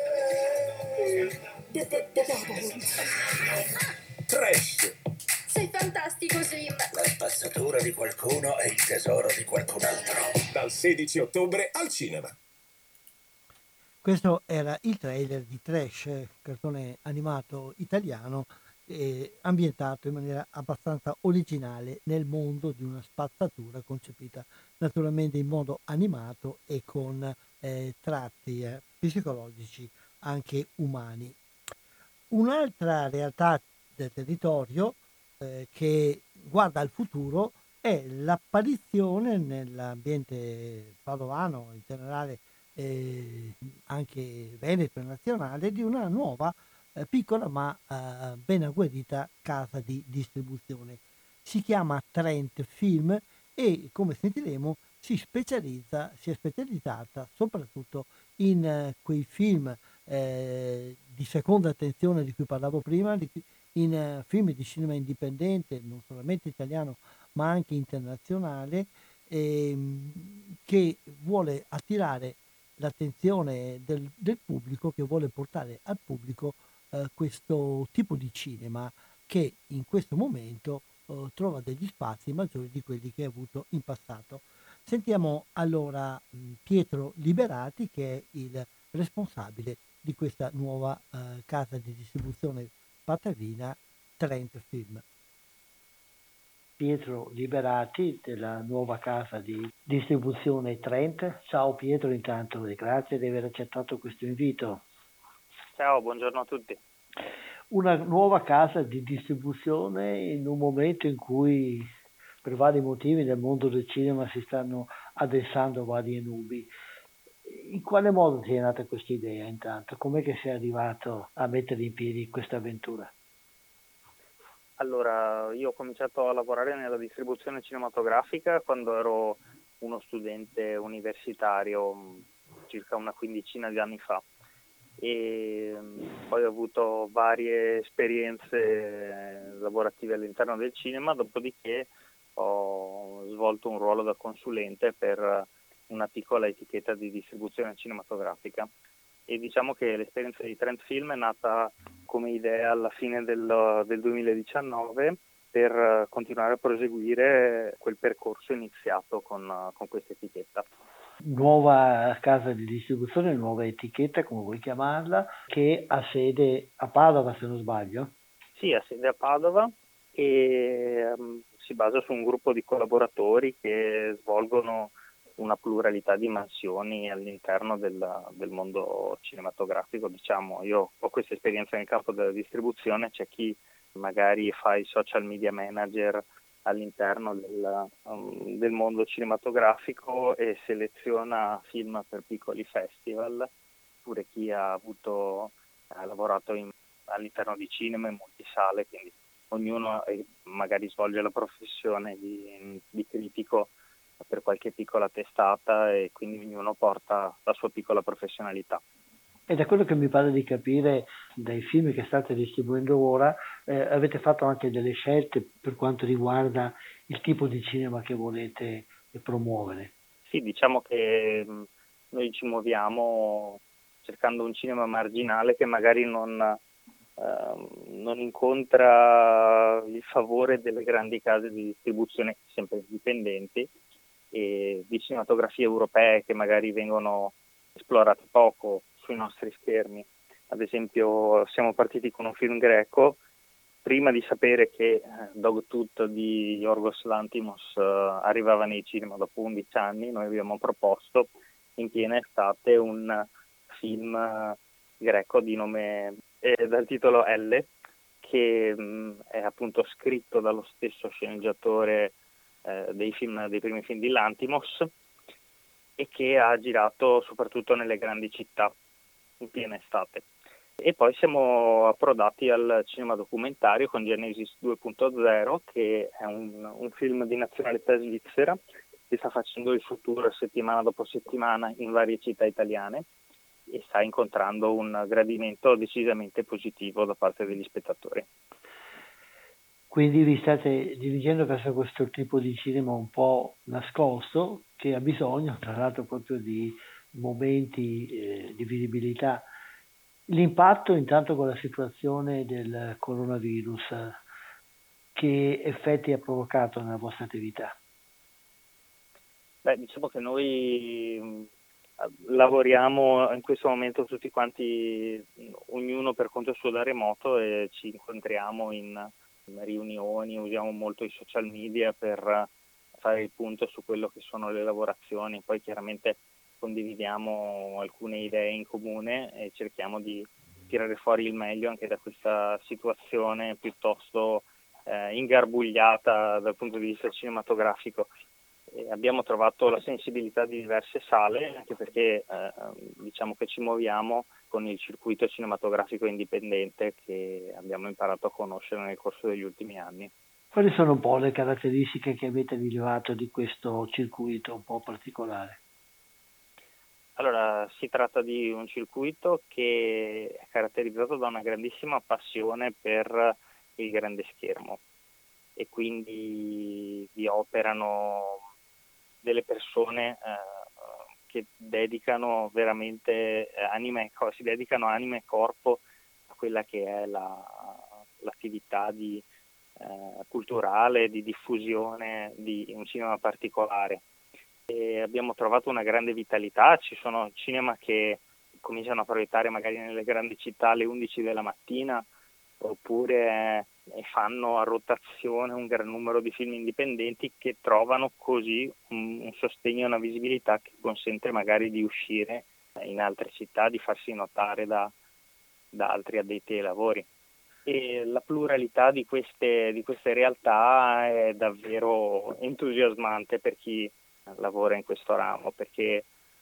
Trash. Sei fantastico, Slim. La spazzatura di qualcuno è il tesoro di qualcun altro. Dal 16 ottobre al cinema. Questo era il trailer di Trash, cartone animato italiano, ambientato in maniera abbastanza originale nel mondo di una spazzatura concepita naturalmente in modo animato e con tratti psicologici anche umani. Un'altra realtà del territorio che guarda al futuro è l'apparizione nell'ambiente padovano, in generale anche veneto e nazionale, di una nuova piccola ma ben agguerrita casa di distribuzione. Si chiama Trent Film e, come sentiremo, si è specializzata soprattutto in quei film di seconda attenzione di cui parlavo prima, in film di cinema indipendente, non solamente italiano ma anche internazionale, che vuole attirare l'attenzione del pubblico, che vuole portare al pubblico questo tipo di cinema che in questo momento trova degli spazi maggiori di quelli che ha avuto in passato. Sentiamo allora Pietro Liberati, che è il responsabile di questa nuova casa di distribuzione patagina, Trent Film. Pietro Liberati della nuova casa di distribuzione Trent. Ciao Pietro, intanto e grazie di aver accettato questo invito. Ciao, buongiorno a tutti. Una nuova casa di distribuzione in un momento in cui per vari motivi nel mondo del cinema si stanno addossando varie nubi. In quale modo ti è nata questa idea intanto? Com'è che sei arrivato a mettere in piedi questa avventura? Allora, io ho cominciato a lavorare nella distribuzione cinematografica quando ero uno studente universitario, circa una quindicina di anni fa, e poi ho avuto varie esperienze lavorative all'interno del cinema, dopodiché ho svolto un ruolo da consulente per una piccola etichetta di distribuzione cinematografica. E diciamo che l'esperienza di Trent Film è nata come idea alla fine del 2019 per continuare a proseguire quel percorso iniziato con questa etichetta. Nuova casa di distribuzione, nuova etichetta, come vuoi chiamarla, che ha sede a Padova, se non sbaglio? Sì, ha sede a Padova e si basa su un gruppo di collaboratori che svolgono una pluralità di mansioni all'interno del mondo cinematografico. Diciamo, io ho questa esperienza nel campo della distribuzione, c'è chi magari fa il social media manager all'interno del mondo cinematografico e seleziona film per piccoli festival, oppure chi ha lavorato all'interno di cinema in multisale, quindi ognuno magari svolge la professione di critico per qualche piccola testata e quindi ognuno porta la sua piccola professionalità. E da quello che mi pare di capire dai film che state distribuendo ora, avete fatto anche delle scelte per quanto riguarda il tipo di cinema che volete promuovere. Sì, diciamo che noi ci muoviamo cercando un cinema marginale che magari non incontra il favore delle grandi case di distribuzione sempre indipendenti e di cinematografie europee che magari vengono esplorate poco sui nostri schermi. Ad esempio siamo partiti con un film greco prima di sapere che Dogtooth di Yorgos Lanthimos arrivava nei cinema dopo 11 anni. Noi abbiamo proposto in piena estate un film greco di nome dal titolo L, che è appunto scritto dallo stesso sceneggiatore dei primi film di Lanthimos e che ha girato soprattutto nelle grandi città in piena estate. E poi siamo approdati al cinema documentario con Genesis 2.0, che è un film di nazionalità svizzera che sta facendo il suo tour settimana dopo settimana in varie città italiane e sta incontrando un gradimento decisamente positivo da parte degli spettatori. Quindi vi state dirigendo verso questo tipo di cinema un po' nascosto, che ha bisogno tra l'altro proprio di momenti di visibilità. L'impatto intanto con la situazione del coronavirus, che effetti ha provocato nella vostra attività? Beh, diciamo che noi lavoriamo in questo momento tutti quanti, ognuno per conto suo da remoto, e ci incontriamo in riunioni, usiamo molto i social media per fare il punto su quello che sono le lavorazioni. Poi chiaramente condividiamo alcune idee in comune e cerchiamo di tirare fuori il meglio anche da questa situazione piuttosto ingarbugliata dal punto di vista cinematografico. Abbiamo trovato la sensibilità di diverse sale, anche perché diciamo che ci muoviamo con il circuito cinematografico indipendente che abbiamo imparato a conoscere nel corso degli ultimi anni. Quali sono un po' le caratteristiche che avete rilevato di questo circuito un po' particolare? Allora, si tratta di un circuito che è caratterizzato da una grandissima passione per il grande schermo e quindi vi operano delle persone che dedicano veramente si dedicano anima e corpo a quella che è l'attività culturale, di diffusione di un cinema particolare. E abbiamo trovato una grande vitalità, ci sono cinema che cominciano a proiettare magari nelle grandi città alle 11 della mattina, oppure fanno a rotazione un gran numero di film indipendenti che trovano così un sostegno e una visibilità che consente magari di uscire in altre città, di farsi notare da altri addetti ai lavori. E la pluralità di queste realtà è davvero entusiasmante per chi lavora in questo ramo, perché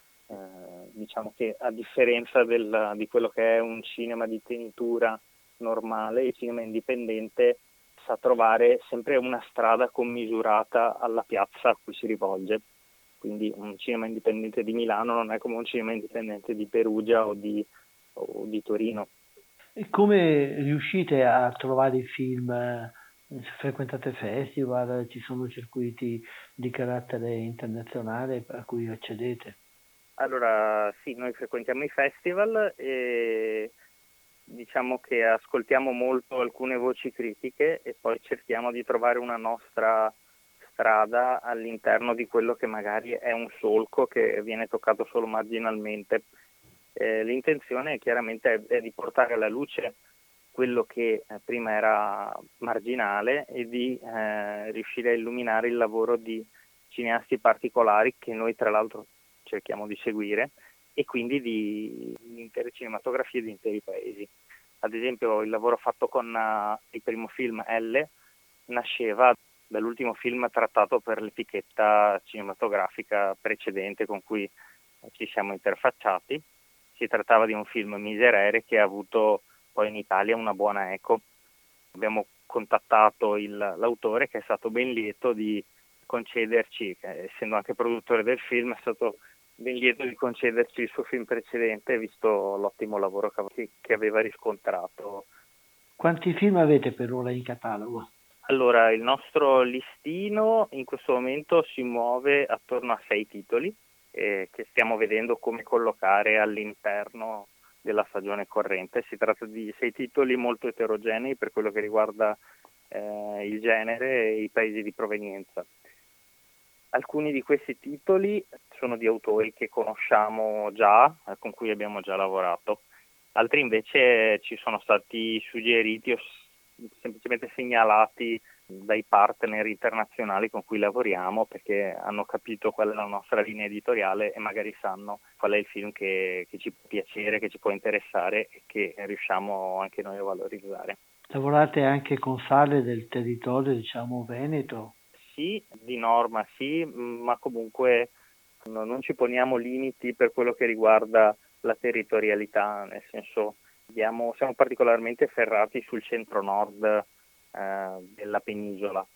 diciamo che a differenza di quello che è un cinema di tenitura normale, il cinema indipendente sa trovare sempre una strada commisurata alla piazza a cui si rivolge. Quindi un cinema indipendente di Milano non è come un cinema indipendente di Perugia o di Torino. E come riuscite a trovare i film? Frequentate festival? Ci sono circuiti di carattere internazionale a cui accedete? Allora sì, noi frequentiamo i festival e diciamo che ascoltiamo molto alcune voci critiche e poi cerchiamo di trovare una nostra strada all'interno di quello che magari è un solco che viene toccato solo marginalmente. L'intenzione chiaramente è di portare alla luce quello che prima era marginale e di riuscire a illuminare il lavoro di cineasti particolari che noi tra l'altro cerchiamo di seguire, e quindi di intere cinematografie di interi paesi. Ad esempio il lavoro fatto con il primo film L nasceva dall'ultimo film trattato per l'etichetta cinematografica precedente con cui ci siamo interfacciati. Si trattava di un film Miserere che ha avuto poi in Italia una buona eco. Abbiamo contattato l'autore, che è stato ben lieto di concederci, essendo anche produttore del film, è stato ben lieto di concederci il suo film precedente, visto l'ottimo lavoro che aveva riscontrato. Quanti film avete per ora in catalogo? Allora, il nostro listino in questo momento si muove attorno a 6 titoli che stiamo vedendo come collocare all'interno della stagione corrente. Si tratta di 6 titoli molto eterogenei per quello che riguarda il genere e i paesi di provenienza. Alcuni di questi titoli sono di autori che conosciamo già, con cui abbiamo già lavorato. Altri invece ci sono stati suggeriti o semplicemente segnalati dai partner internazionali con cui lavoriamo, perché hanno capito qual è la nostra linea editoriale e magari sanno qual è il film che ci può piacere, che ci può interessare e che riusciamo anche noi a valorizzare. Lavorate anche con sale del territorio, diciamo, veneto? Sì, di norma sì, ma comunque non ci poniamo limiti per quello che riguarda la territorialità, nel senso siamo particolarmente ferrati sul centro-nord della penisola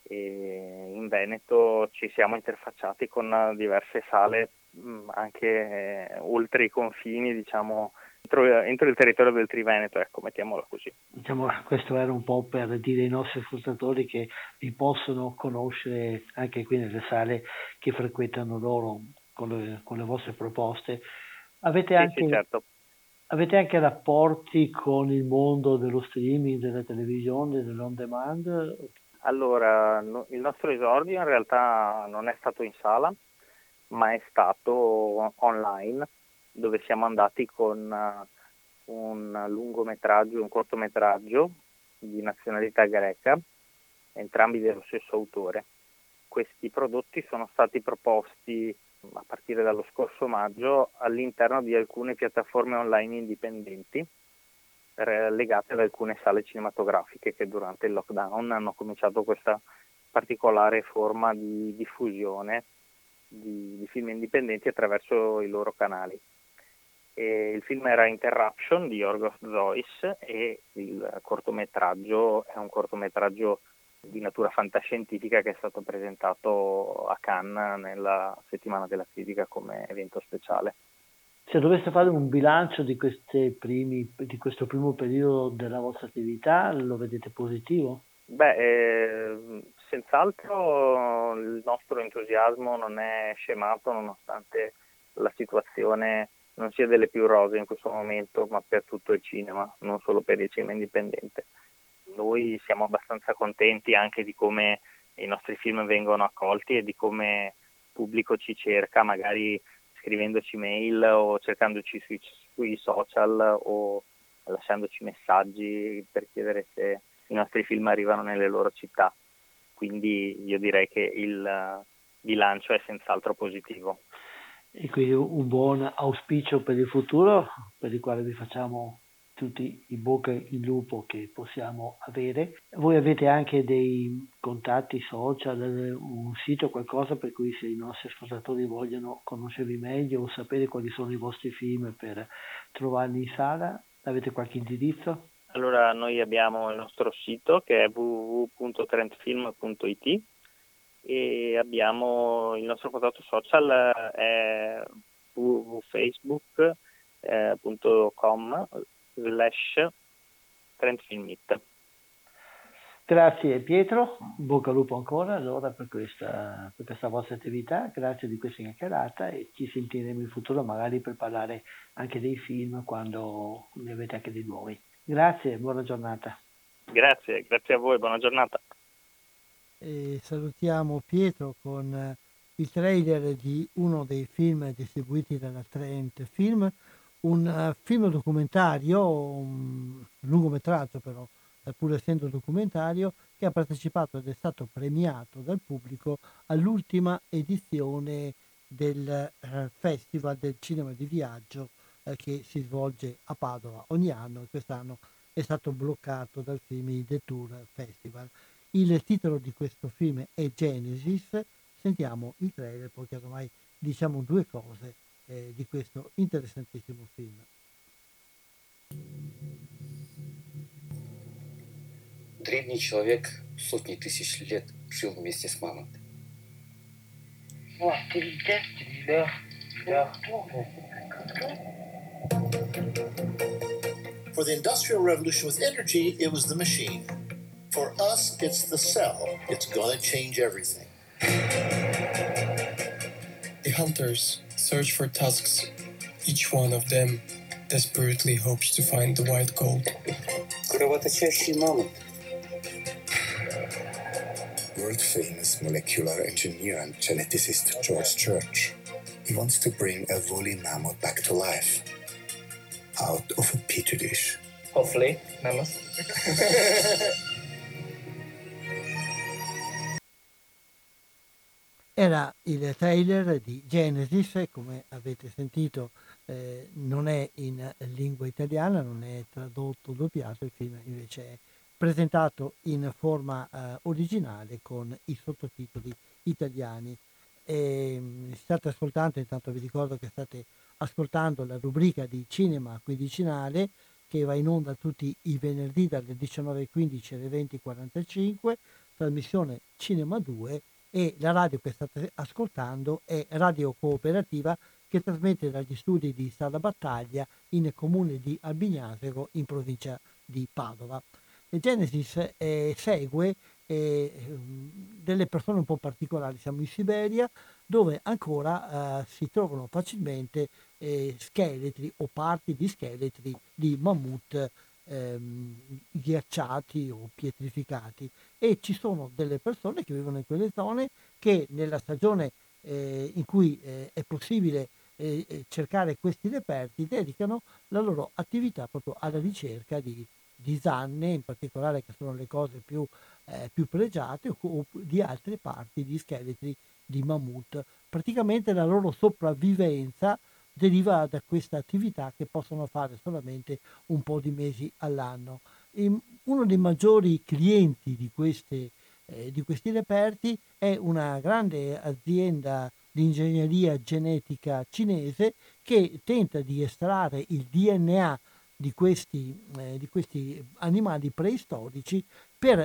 e in Veneto ci siamo interfacciati con diverse sale anche oltre i confini, diciamo entro il territorio del Triveneto, ecco, mettiamola così. Diciamo, questo era un po' per dire ai nostri ascoltatori che vi possono conoscere anche qui nelle sale che frequentano loro con le vostre proposte. Avete anche, sì, certo. Avete anche rapporti con il mondo dello streaming, della televisione, dell'on demand? Allora, il nostro esordio in realtà non è stato in sala, ma è stato online, dove siamo andati con un lungometraggio, un cortometraggio di nazionalità greca, entrambi dello stesso autore. Questi prodotti sono stati proposti a partire dallo scorso maggio all'interno di alcune piattaforme online indipendenti legate ad alcune sale cinematografiche che durante il lockdown hanno cominciato questa particolare forma di diffusione di film indipendenti attraverso i loro canali. E il film era Interruption di Yorgos Zois e il cortometraggio è un cortometraggio di natura fantascientifica che è stato presentato a Cannes nella settimana della critica come evento speciale. Se doveste fare un bilancio di questo primo periodo della vostra attività, lo vedete positivo? Senz'altro il nostro entusiasmo non è scemato nonostante la situazione non sia delle più rosee in questo momento, ma per tutto il cinema, non solo per il cinema indipendente. Noi siamo abbastanza contenti anche di come i nostri film vengono accolti e di come il pubblico ci cerca, magari scrivendoci mail o cercandoci sui social o lasciandoci messaggi per chiedere se i nostri film arrivano nelle loro città. Quindi io direi che il bilancio è senz'altro positivo. E quindi un buon auspicio per il futuro, per il quale vi facciamo tutti i bocca in lupo che possiamo avere. Voi avete anche dei contatti social, un sito, qualcosa per cui se i nostri ascoltatori vogliono conoscervi meglio o sapere quali sono i vostri film per trovarli in sala, avete qualche indirizzo? Allora, noi abbiamo il nostro sito che è www.trentfilm.it e abbiamo il nostro contatto social è www.facebook.com/trentfilmit. Grazie Pietro, in bocca al lupo ancora allora per questa vostra attività, grazie di questa chiacchierata e ci sentiremo in futuro magari per parlare anche dei film quando ne avete anche dei nuovi. Grazie, buona giornata. Grazie a voi, buona giornata. E salutiamo Pietro con il trailer di uno dei film distribuiti dalla Trent Film, un film documentario, un lungometraggio però, pur essendo documentario, che ha partecipato ed è stato premiato dal pubblico all'ultima edizione del Festival del Cinema di Viaggio che si svolge a Padova ogni anno, e quest'anno è stato bloccato dal Film The Tour Festival. Il titolo di questo film è Genesis. Sentiamo il trailer, poi ormai diciamo due cose di questo interessantissimo film. Древний человек сотни тысяч лет жил вместе с мамонтом. For the Industrial Revolution with energy, it was the machine. For us, it's the cell. It's gonna change everything. The hunters search for tusks. Each one of them desperately hopes to find the white gold. Кровоточащий мамонт. World-famous molecular engineer and geneticist George Church. He wants to bring a woolly mammoth back to life out of a petri dish. Hopefully, mammoth. Era il trailer di Genesis, come avete sentito non è in lingua italiana, non è tradotto o doppiato, il film invece è presentato in forma originale con i sottotitoli italiani. State ascoltando, intanto vi ricordo che state ascoltando la rubrica di Cinema Quindicinale che va in onda tutti i venerdì dalle 19.15 alle 20.45, trasmissione Cinema 2, e la radio che state ascoltando è Radio Cooperativa che trasmette dagli studi di Sala Battaglia in comune di Albignasego in provincia di Padova. Genesis segue delle persone un po' particolari. Siamo in Siberia, dove ancora si trovano facilmente scheletri o parti di scheletri di mammut ghiacciati o pietrificati, e ci sono delle persone che vivono in quelle zone che nella stagione in cui è possibile cercare questi reperti dedicano la loro attività proprio alla ricerca di zanne, in particolare, che sono le cose più pregiate, o di altre parti di scheletri di mammut. Praticamente la loro sopravvivenza deriva da questa attività che possono fare solamente un po' di mesi all'anno. Uno dei maggiori clienti di questi reperti è una grande azienda di ingegneria genetica cinese che tenta di estrarre il DNA di questi animali preistorici per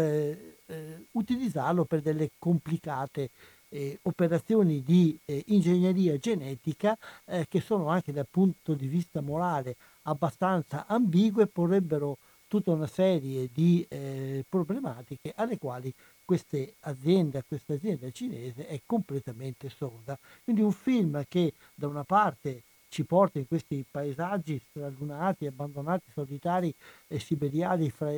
utilizzarlo per delle complicate operazioni di ingegneria genetica che sono anche dal punto di vista morale abbastanza ambigue, porrebbero tutta una serie di problematiche alle quali questa azienda cinese è completamente sorda. Quindi un film che da una parte ci porta in questi paesaggi stralunati, abbandonati, solitari siberiani fra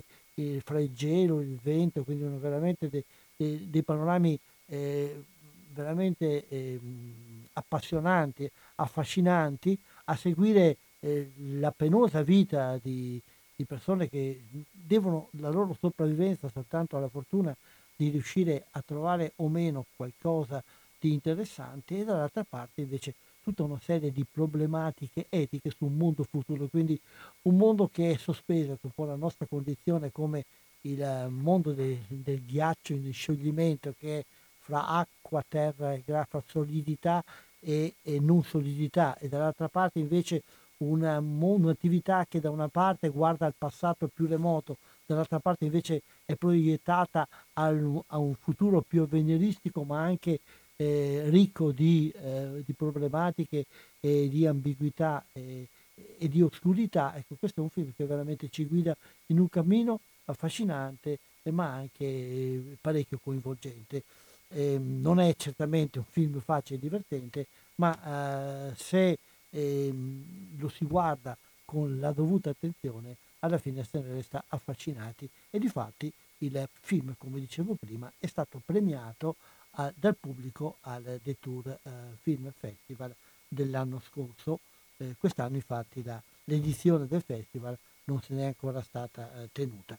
il gelo, il vento, quindi veramente dei panorami veramente appassionanti, affascinanti, a seguire la penosa vita di persone che devono la loro sopravvivenza soltanto alla fortuna di riuscire a trovare o meno qualcosa di interessante, e dall'altra parte invece tutta una serie di problematiche etiche su un mondo futuro, quindi un mondo che è sospeso, che un po' la nostra condizione come il mondo del ghiaccio in scioglimento, che è fra acqua, terra e fra solidità e non solidità, e dall'altra parte invece un'attività che da una parte guarda al passato più remoto, dall'altra parte invece è proiettata a un futuro più avveniristico, ma anche ricco di problematiche e di ambiguità e di oscurità. Ecco, questo è un film che veramente ci guida in un cammino affascinante, ma anche parecchio coinvolgente. Non è certamente un film facile e divertente, ma se lo si guarda con la dovuta attenzione, alla fine se ne resta affascinati. E difatti il film, come dicevo prima, è stato premiato dal pubblico al Detour Film Festival dell'anno scorso. Quest'anno infatti l'edizione del festival non se n'è ancora stata tenuta.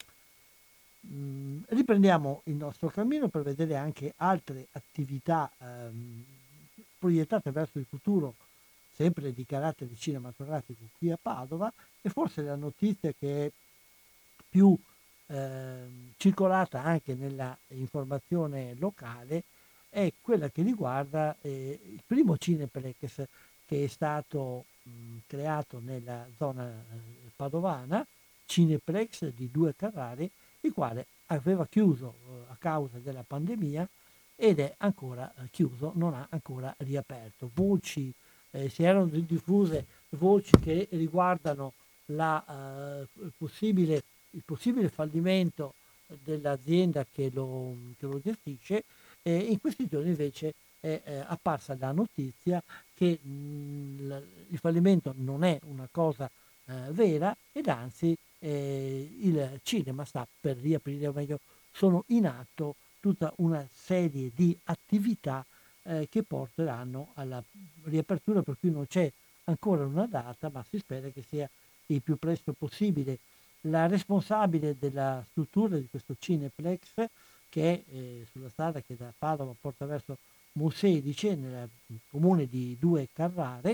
Riprendiamo il nostro cammino per vedere anche altre attività proiettate verso il futuro, sempre di carattere cinematografico qui a Padova, e forse la notizia che è più circolata anche nella informazione locale è quella che riguarda il primo Cineplex che è stato creato nella zona padovana, Cineplex di 2 Carrari, il quale aveva chiuso a causa della pandemia ed è ancora chiuso, non ha ancora riaperto. Si erano diffuse voci che riguardano il possibile fallimento dell'azienda che lo gestisce, e in questi giorni invece è apparsa la notizia che il fallimento non è una cosa vera, ed anzi il cinema sta per riaprire, o meglio sono in atto tutta una serie di attività che porteranno alla riapertura, per cui non c'è ancora una data, ma si spera che sia il più presto possibile. La responsabile della struttura di questo Cineplex, che è sulla strada che da Padova porta verso Monselice, nel comune di 2 Carrare,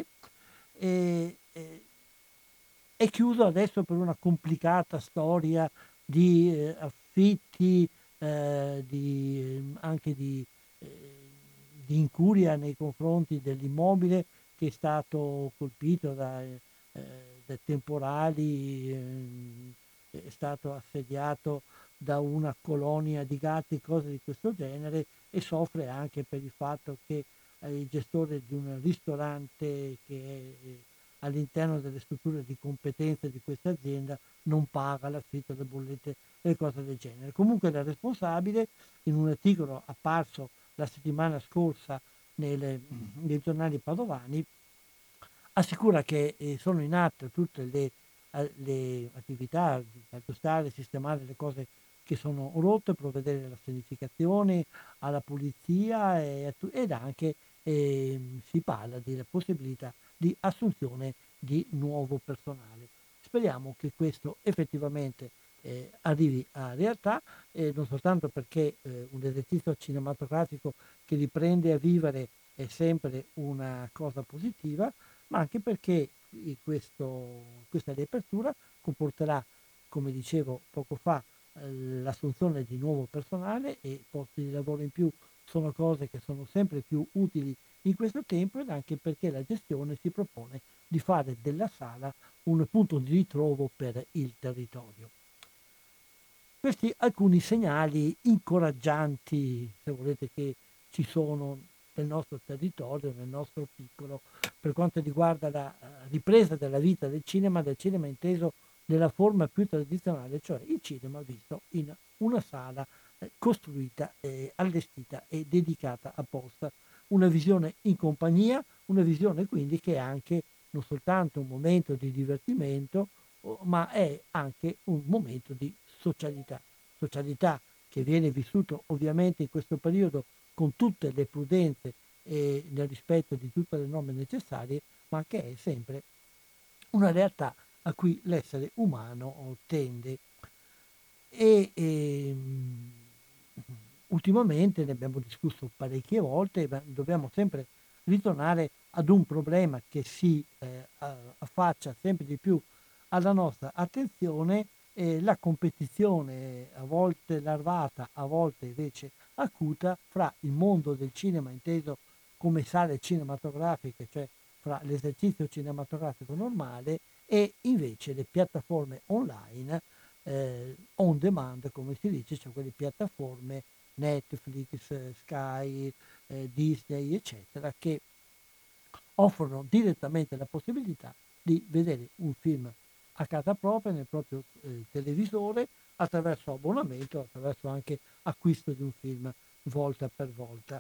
è chiuso adesso per una complicata storia di affitti, anche di incuria nei confronti dell'immobile che è stato colpito dai temporali, è stato assediato da una colonia di gatti, cose di questo genere, e soffre anche per il fatto che il gestore di un ristorante che è all'interno delle strutture di competenza di questa azienda non paga l'affitto, le bollette e cose del genere. Comunque la responsabile, in un articolo apparso la settimana scorsa nei giornali padovani, assicura che sono in atto tutte le attività di aggiustare, sistemare le cose che sono rotte, provvedere alla sanificazione, alla pulizia ed anche si parla della possibilità di assunzione di nuovo personale. Speriamo che questo effettivamente arrivi a realtà, non soltanto perché un esercizio cinematografico che riprende a vivere è sempre una cosa positiva, ma anche perché questa riapertura comporterà, come dicevo poco fa, l'assunzione di nuovo personale, e posti di lavoro in più sono cose che sono sempre più utili in questo tempo, ed anche perché la gestione si propone di fare della sala un punto di ritrovo per il territorio. Questi alcuni segnali incoraggianti, se volete, che ci sono nel nostro territorio, nel nostro piccolo, per quanto riguarda la ripresa della vita del cinema inteso nella forma più tradizionale, cioè il cinema visto in una sala costruita, allestita e dedicata apposta. Una visione in compagnia, una visione quindi che è anche non soltanto un momento di divertimento, ma è anche un momento di socialità che viene vissuto ovviamente in questo periodo con tutte le prudenze e nel rispetto di tutte le norme necessarie, ma che è sempre una realtà a cui l'essere umano tende. Ultimamente ne abbiamo discusso parecchie volte, ma dobbiamo sempre ritornare ad un problema che si affaccia sempre di più alla nostra attenzione, la competizione a volte larvata, a volte invece acuta, fra il mondo del cinema inteso come sale cinematografiche, cioè fra l'esercizio cinematografico normale, e invece le piattaforme online on demand, come si dice, cioè quelle piattaforme Netflix, Sky, Disney, eccetera, che offrono direttamente la possibilità di vedere un film a casa propria, nel proprio televisore, attraverso abbonamento, attraverso anche acquisto di un film volta per volta.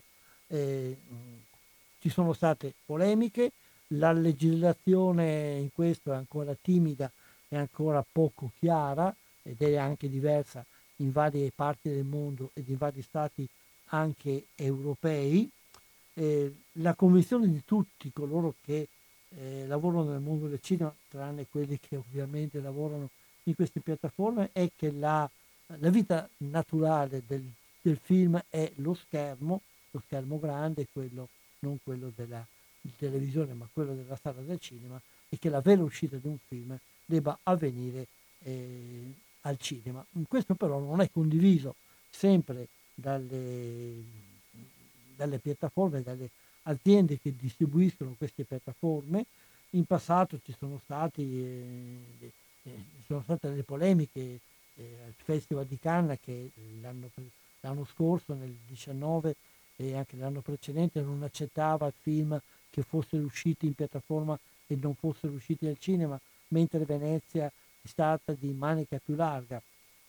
Ci sono state polemiche, la legislazione in questo è ancora timida, è ancora poco chiara ed è anche diversa in varie parti del mondo ed in vari stati anche europei. La convinzione di tutti coloro che lavorano nel mondo del cinema, tranne quelli che ovviamente lavorano in queste piattaforme, è che la vita naturale del film è lo schermo grande, non quello della televisione, ma quello della sala del cinema, e che la vera uscita di un film debba avvenire al cinema. Questo però non è condiviso sempre dalle piattaforme, dalle aziende che distribuiscono queste piattaforme. In passato ci sono state delle polemiche al Festival di Cannes, che l'anno scorso, nel 19, e anche l'anno precedente, non accettava film che fossero usciti in piattaforma e non fossero usciti al cinema, mentre Venezia è stata di manica più larga.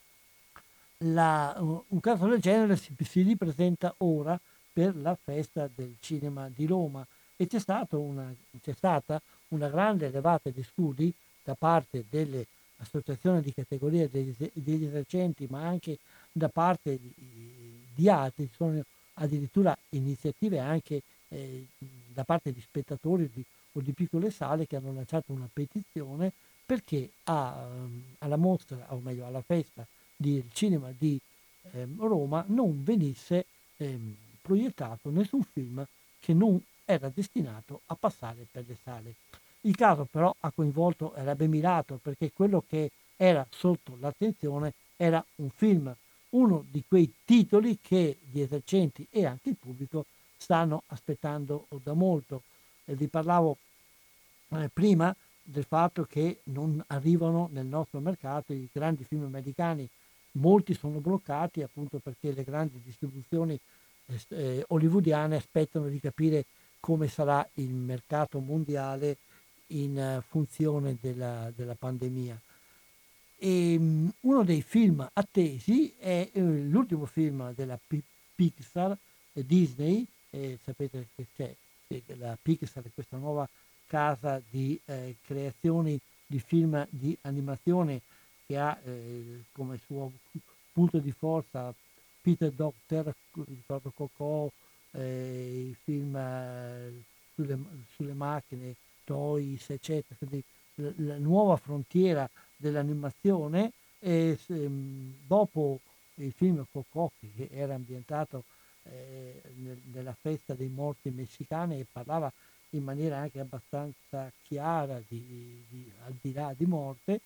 Un caso del genere si ripresenta ora per la festa del cinema di Roma, e c'è stata una grande levata di scudi da parte delle associazioni di categoria degli esercenti, ma anche da parte di altri. Ci sono addirittura iniziative anche da parte di spettatori o di piccole sale che hanno lanciato una petizione perché alla mostra, o meglio alla festa del cinema di Roma, non venisse proiettato nessun film che non era destinato a passare per le sale. Il caso però ha coinvolto Arabe Emirato, perché quello che era sotto l'attenzione era un film, uno di quei titoli che gli esercenti e anche il pubblico stanno aspettando da molto. Vi parlavo prima del fatto che non arrivano nel nostro mercato i grandi film americani. Molti sono bloccati appunto perché le grandi distribuzioni hollywoodiane aspettano di capire come sarà il mercato mondiale in funzione della pandemia. E uno dei film attesi è l'ultimo film della Pixar, Disney. Sapete che c'è la Pixar, questa nuova casa di creazioni di film di animazione che ha come suo punto di forza Peter Docter, ricordo Coco, i film sulle macchine, Toys, eccetera, quindi la nuova frontiera dell'animazione. E dopo il film Coco, che era ambientato nella festa dei morti messicana e parlava in maniera anche abbastanza chiara al di là di morte,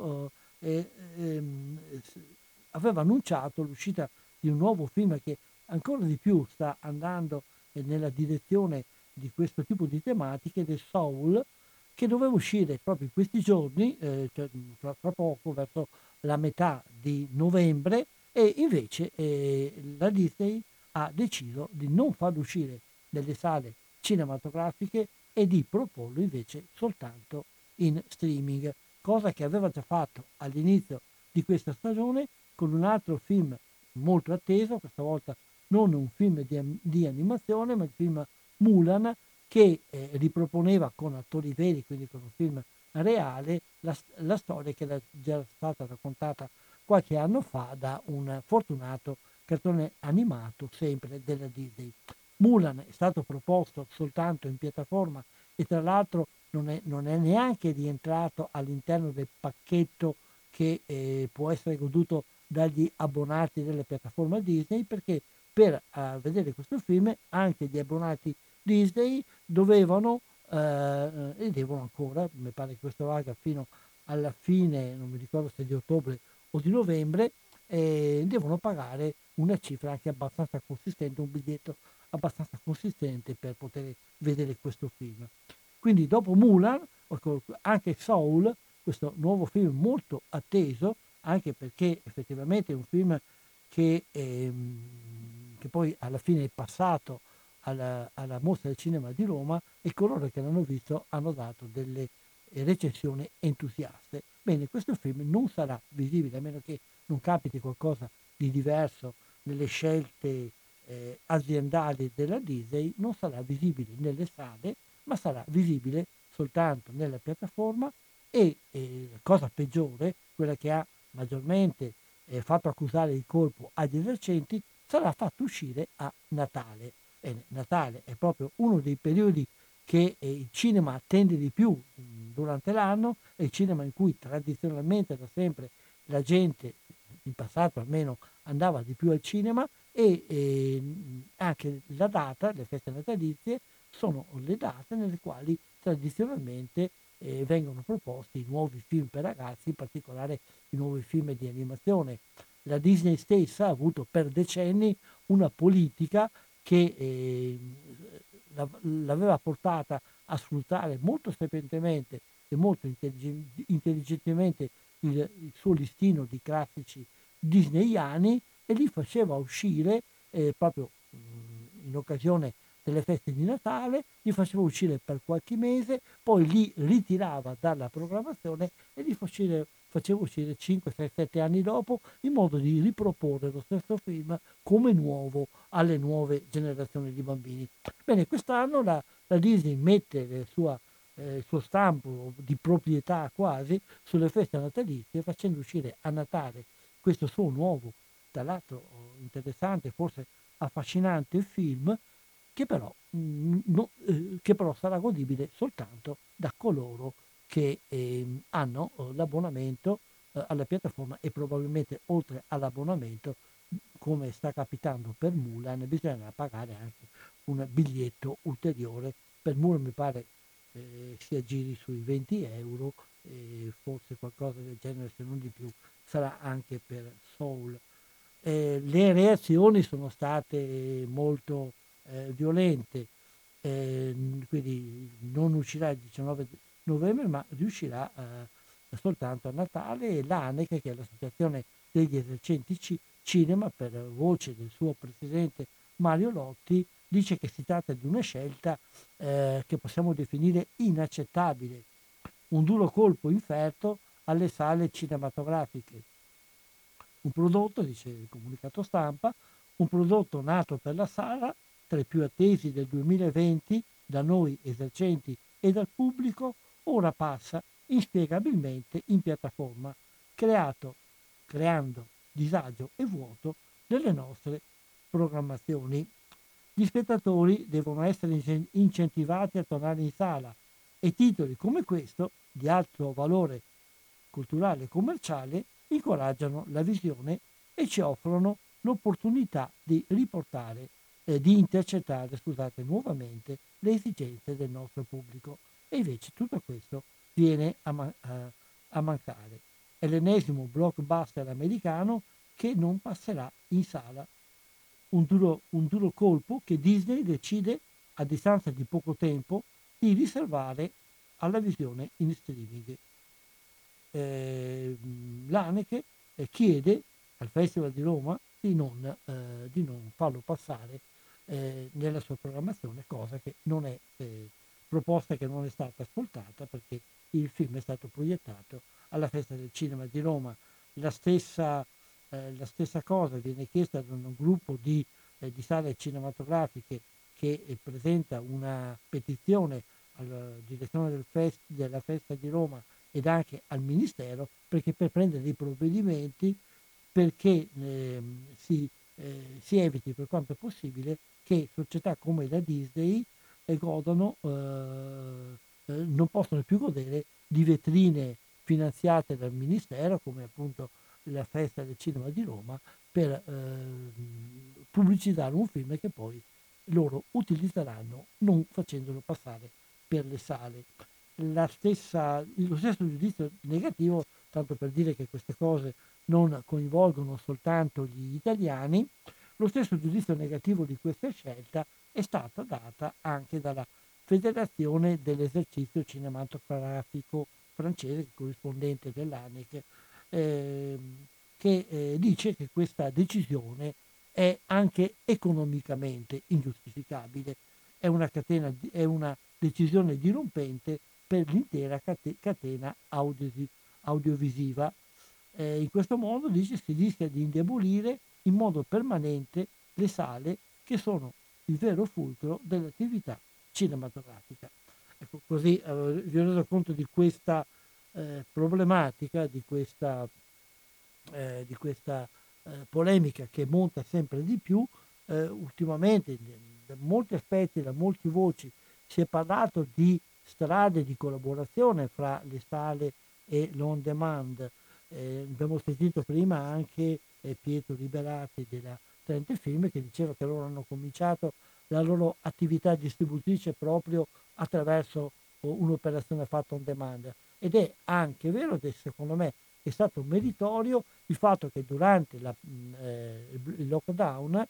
aveva annunciato l'uscita di un nuovo film che ancora di più sta andando nella direzione di questo tipo di tematiche, del Soul, che doveva uscire proprio in questi giorni, cioè fra poco, verso la metà di novembre, e invece la Disney ha deciso di non farlo uscire nelle sale cinematografiche e di proporlo invece soltanto in streaming, cosa che aveva già fatto all'inizio di questa stagione con un altro film molto atteso, questa volta non un film di animazione, ma il film Mulan, che riproponeva con attori veri, quindi con un film reale, la storia che era già stata raccontata qualche anno fa da un fortunato cartone animato sempre della Disney. Mulan è stato proposto soltanto in piattaforma e tra l'altro non è neanche rientrato all'interno del pacchetto che può essere goduto dagli abbonati della piattaforma Disney, perché per vedere questo film anche gli abbonati Disney dovevano e devono ancora, mi pare che questo valga fino alla fine, non mi ricordo se di ottobre o di novembre, devono pagare una cifra anche abbastanza consistente, un biglietto abbastanza consistente per poter vedere questo film. Quindi dopo Mulan, anche Soul, questo nuovo film molto atteso, anche perché effettivamente è un film che poi alla fine è passato alla Mostra del Cinema di Roma e coloro che l'hanno visto hanno dato delle recensioni entusiaste. Bene, questo film non sarà visibile, a meno che non capiti qualcosa di diverso nelle scelte aziendali della Disney, non sarà visibile nelle sale, ma sarà visibile soltanto nella piattaforma e, cosa peggiore, quella che ha maggiormente fatto accusare il colpo agli esercenti, sarà fatto uscire a Natale. Bene, Natale è proprio uno dei periodi che il cinema attende di più durante l'anno, è il cinema in cui tradizionalmente da sempre la gente, in passato almeno, andava di più al cinema e anche la data, le feste natalizie, sono le date nelle quali tradizionalmente vengono proposti i nuovi film per ragazzi, in particolare i nuovi film di animazione. La Disney stessa ha avuto per decenni una politica che l'aveva portata a sfruttare molto sapientemente e molto intelligentemente il suo listino di classici disneyani e li faceva uscire proprio in occasione delle feste di Natale, li faceva uscire per qualche mese, poi li ritirava dalla programmazione e li faceva uscire 5, 6, 7 anni dopo, in modo di riproporre lo stesso film come nuovo alle nuove generazioni di bambini. Bene, quest'anno la Disney mette il suo stampo di proprietà quasi sulle feste natalizie, facendo uscire a Natale questo suo nuovo, tra l'altro interessante, forse affascinante film, che però sarà godibile soltanto da coloro che hanno l'abbonamento alla piattaforma e probabilmente oltre all'abbonamento, come sta capitando per Mulan, bisognerà pagare anche un biglietto ulteriore. Per Mulan mi pare si aggiri sui 20 euro, forse qualcosa del genere, se non di più, sarà anche per Soul. Le reazioni sono state molto violente, quindi non uscirà il 19 novembre, ma riuscirà soltanto a Natale, e l'ANEC, che è l'associazione degli esercenti cinema, per voce del suo presidente Mario Lotti, dice che si tratta di una scelta che possiamo definire inaccettabile, un duro colpo inferto alle sale cinematografiche. Un prodotto, dice il comunicato stampa, un prodotto nato per la sala, tra i più attesi del 2020 da noi esercenti e dal pubblico, ora passa inspiegabilmente in piattaforma, creando disagio e vuoto nelle nostre programmazioni. Gli spettatori devono essere incentivati a tornare in sala e titoli come questo, di alto valore culturale e commerciale, incoraggiano la visione e ci offrono l'opportunità di intercettare nuovamente le esigenze del nostro pubblico. E invece tutto questo viene a mancare. È l'ennesimo blockbuster americano che non passerà in sala. Un duro colpo che Disney decide, a distanza di poco tempo, di riservare alla visione in streaming. L'ANEC chiede al Festival di Roma di non farlo passare nella sua programmazione, cosa che non è proposta, che non è stata ascoltata, perché il film è stato proiettato alla Festa del Cinema di Roma. La stessa cosa viene chiesta da un gruppo di sale cinematografiche che presenta una petizione alla direzione della Festa di Roma ed anche al Ministero, perché per prendere dei provvedimenti perché si si eviti per quanto possibile che società come la Disney non possono più godere di vetrine finanziate dal Ministero, come appunto la Festa del Cinema di Roma, per pubblicizzare un film che poi loro utilizzeranno non facendolo passare per le sale. Lo stesso giudizio negativo, tanto per dire che queste cose non coinvolgono soltanto gli italiani, lo stesso giudizio negativo di questa scelta è stata data anche dalla Federazione dell'esercizio cinematografico francese, corrispondente dell'ANEC, che dice che questa decisione è anche economicamente ingiustificabile. È una decisione dirompente per l'intera catena audiovisiva. In questo modo, dice, si rischia di indebolire in modo permanente le sale che sono il vero fulcro dell'attività cinematografica. Ecco, così vi ho reso conto di questa problematica, di questa polemica che monta sempre di più. Ultimamente, da molti aspetti, da molte voci, si è parlato di strade di collaborazione fra le sale e l'on demand. Abbiamo sentito prima anche Pietro Liberati della Trente Film, che diceva che loro hanno cominciato la loro attività distributrice proprio attraverso un'operazione fatta on demand, ed è anche vero, ed secondo me è stato meritorio il fatto che durante il lockdown,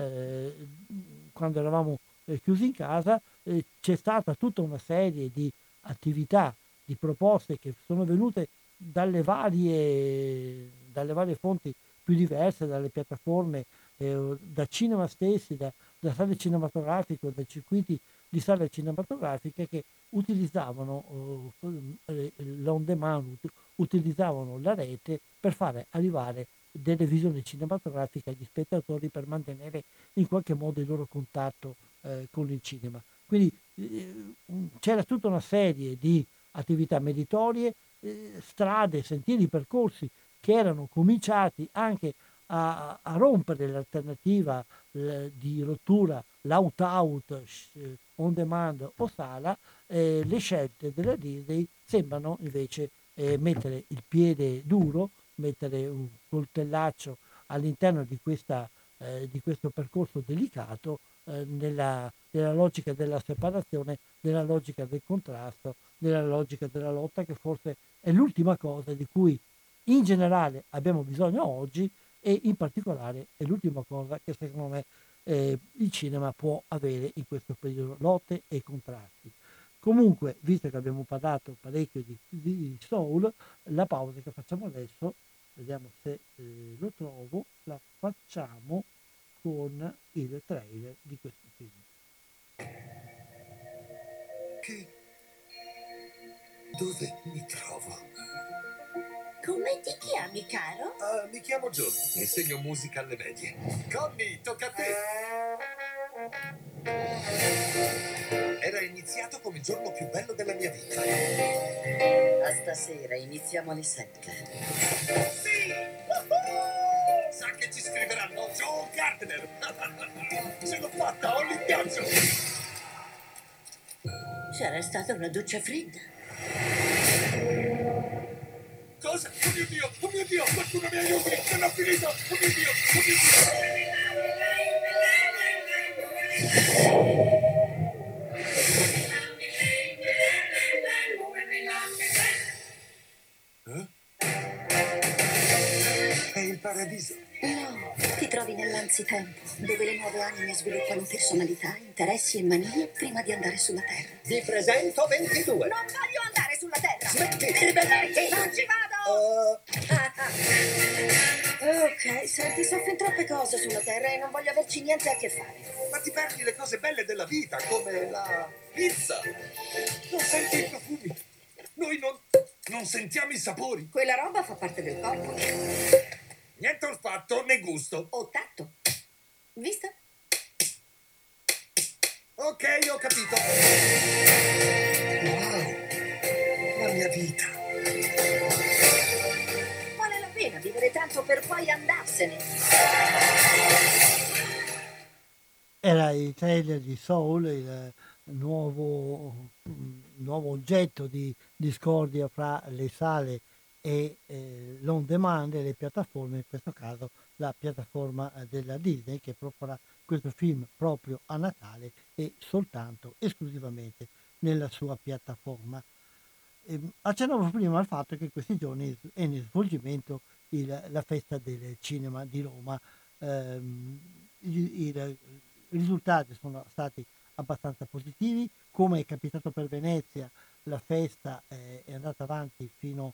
quando eravamo chiusi in casa, c'è stata tutta una serie di attività, di proposte che sono venute dalle varie fonti più diverse, dalle piattaforme, da cinema stessi, da sale cinematografiche, da circuiti di sale cinematografiche che utilizzavano l'on demand, utilizzavano la rete per fare arrivare delle visioni cinematografiche agli spettatori, per mantenere in qualche modo il loro contatto con il cinema. Quindi c'era tutta una serie di attività meritorie, strade, sentieri, percorsi che erano cominciati anche a rompere l'alternativa di rottura l'out-out, on demand o sala. Le scelte della Disney sembrano invece mettere il piede duro, mettere un coltellaccio all'interno di questo percorso delicato, nella logica della separazione, nella logica del contrasto, nella logica della lotta, che forse è l'ultima cosa di cui in generale abbiamo bisogno oggi, e in particolare è l'ultima cosa che secondo me il cinema può avere in questo periodo: lotte e contrasti. Comunque, visto che abbiamo parlato parecchio di Soul, la pausa che facciamo adesso, vediamo se lo trovo, la facciamo con il trailer di questo film. Dove mi trovo? Come ti chiami, caro? Mi chiamo Joe, insegno musica alle medie. Conny, tocca a te! Era iniziato come il giorno più bello della mia vita. A stasera iniziamo alle 7. Sì! Sa che ci scriveranno Joe Gardner! Ce l'ho fatta, ho l'impianto! C'era stata una doccia fredda. Cosa? Oh mio Dio, qualcuno mi aiuti, non ho finito, oh mio Dio, oh mio Dio. È il paradiso. No, ti trovi nell'anzitempo, dove le nuove anime sviluppano personalità, interessi e manie prima di andare sulla Terra. Vi presento 22. Non voglio andare sulla Terra! Smettete, ribelletti! Non ci vado! Ok, senti, soffro in troppe cose sulla Terra e non voglio averci niente a che fare. Ma ti perdi le cose belle della vita, come la pizza. Non senti i profumi. Noi non sentiamo i sapori. Quella roba fa parte del corpo. Niente olfatto né gusto. O tatto. Visto? Ok, ho capito. Wow, la mia vita. Vale la pena vivere perdere tempo per poi andarsene. Era il trailer di Soul, il nuovo oggetto di discordia fra le sale e l'on demand e le piattaforme, in questo caso la piattaforma della Disney, che proporrà questo film proprio a Natale e soltanto, esclusivamente nella sua piattaforma. Accennavo prima al fatto che questi giorni è in svolgimento la festa del cinema di Roma. I risultati sono stati abbastanza positivi, come è capitato per Venezia. La festa è andata avanti fino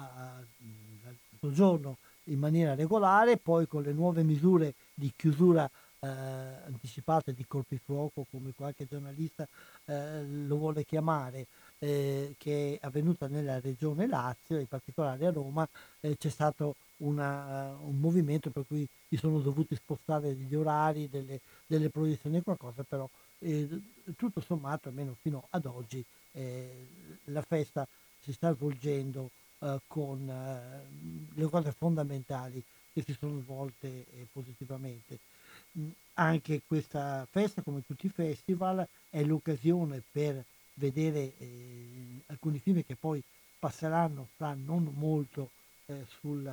al giorno in maniera regolare, poi con le nuove misure di chiusura anticipate di colpifuoco, come qualche giornalista lo vuole chiamare, che è avvenuta nella regione Lazio, in particolare a Roma, c'è stato un movimento per cui si sono dovuti spostare gli orari delle proiezioni, qualcosa, però tutto sommato, almeno fino ad oggi, la festa si sta svolgendo con le cose fondamentali che si sono svolte positivamente. Anche questa festa, come tutti i festival, è l'occasione per vedere alcuni film che poi passeranno fra non molto sui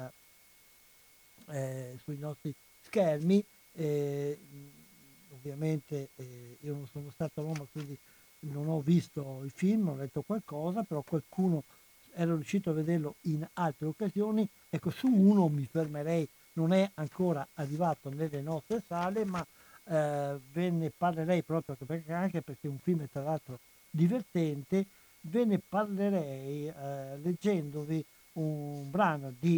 nostri schermi. Ovviamente io non sono stato a Roma, quindi non ho visto il film, ho letto qualcosa, però qualcuno era riuscito a vederlo in altre occasioni. Ecco, su uno mi fermerei, non è ancora arrivato nelle nostre sale, ma ve ne parlerei proprio anche perché è un film tra l'altro divertente. Ve ne parlerei leggendovi un brano di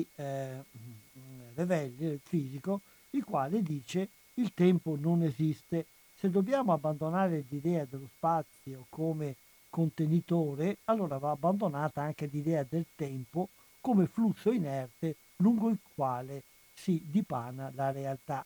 Revelli, il fisico, il quale dice: il tempo non esiste. Se dobbiamo abbandonare l'idea dello spazio come contenitore, allora va abbandonata anche l'idea del tempo come flusso inerte lungo il quale si dipana la realtà.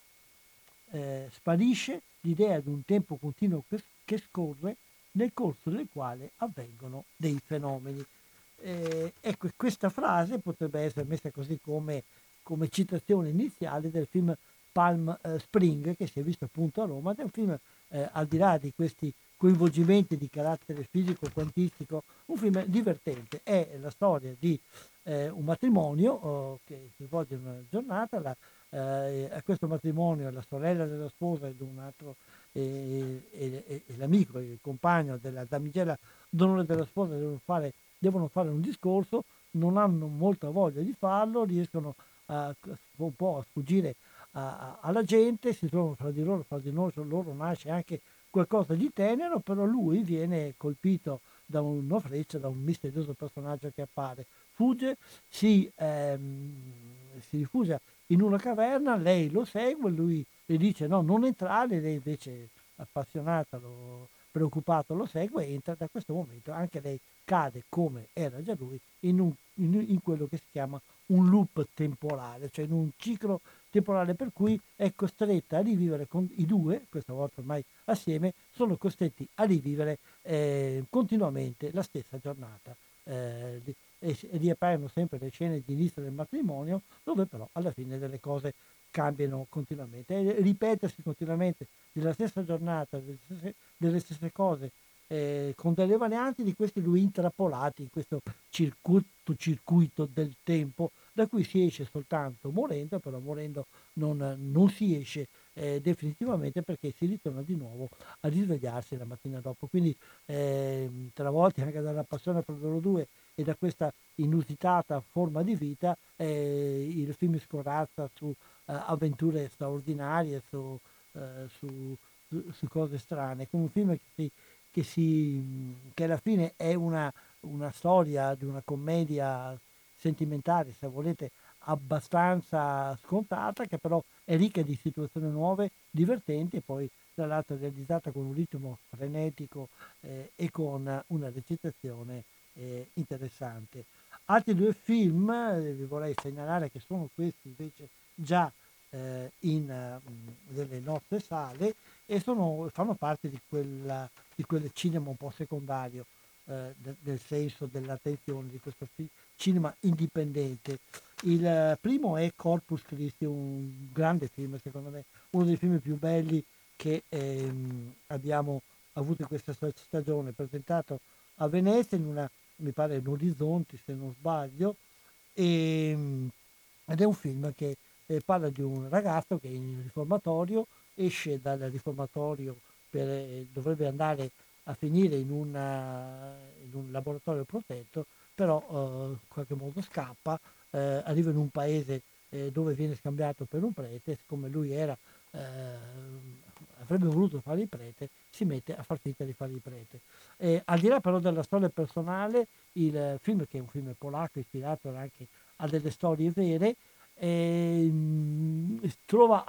Sparisce l'idea di un tempo continuo che scorre, nel corso del quale avvengono dei fenomeni. Ecco, questa frase potrebbe essere messa così come citazione iniziale del film Palm Spring, che si è visto appunto a Roma. Ed è un film, al di là di questi coinvolgimenti di carattere fisico-quantistico, un film divertente. È la storia di un matrimonio che si svolge in una giornata. A questo matrimonio la sorella della sposa ed un altro e l'amico, il compagno della damigella d'onore della sposa devono fare un discorso, non hanno molta voglia di farlo, riescono un po' a sfuggire alla gente, si trovano fra di loro nasce anche qualcosa di tenero, però lui viene colpito da una freccia, da un misterioso personaggio che appare, fugge, si rifugia in una caverna, lei lo segue, lui le dice no, non entrare, lei invece appassionata, preoccupato lo segue, entra. Da questo momento anche lei cade, come era già lui, in quello che si chiama un loop temporale, cioè in un ciclo temporale per cui è costretta a rivivere con i due, questa volta ormai assieme, sono costretti a rivivere continuamente la stessa giornata. E riappaiono sempre le scene di inizio del matrimonio, dove però alla fine delle cose cambiano continuamente. E ripetersi continuamente della stessa giornata, delle stesse cose, con delle varianti di questi lui intrappolati in questo circuito del tempo, da cui si esce soltanto morendo, però morendo non si esce definitivamente, perché si ritorna di nuovo a risvegliarsi la mattina dopo. Quindi travolti anche dalla passione per loro due e da questa inusitata forma di vita, il film scorazza su avventure straordinarie, su cose strane, come un film che alla fine è una storia di una commedia sentimentale, se volete, abbastanza scontata, che però è ricca di situazioni nuove, divertenti, e poi tra l'altro realizzata con un ritmo frenetico e con una recitazione interessante. Altri due film vi vorrei segnalare, che sono questi invece già delle nostre sale, e fanno parte di quel cinema un po' secondario, nel senso dell'attenzione di questo cinema indipendente. Il primo è Corpus Christi, un grande film, secondo me, uno dei film più belli che abbiamo avuto in questa stagione, presentato a Venezia in una, mi pare, in Orizzonti, se non sbaglio, ed è un film che parla di un ragazzo che è in riformatorio, esce dal riformatorio dovrebbe andare a finire in un laboratorio protetto, però in qualche modo scappa, arriva in un paese dove viene scambiato per un prete, siccome lui avrebbe voluto fare il prete, si mette a far finta di fare il prete. Al di là però della storia personale, il film, che è un film polacco ispirato anche a delle storie vere, trova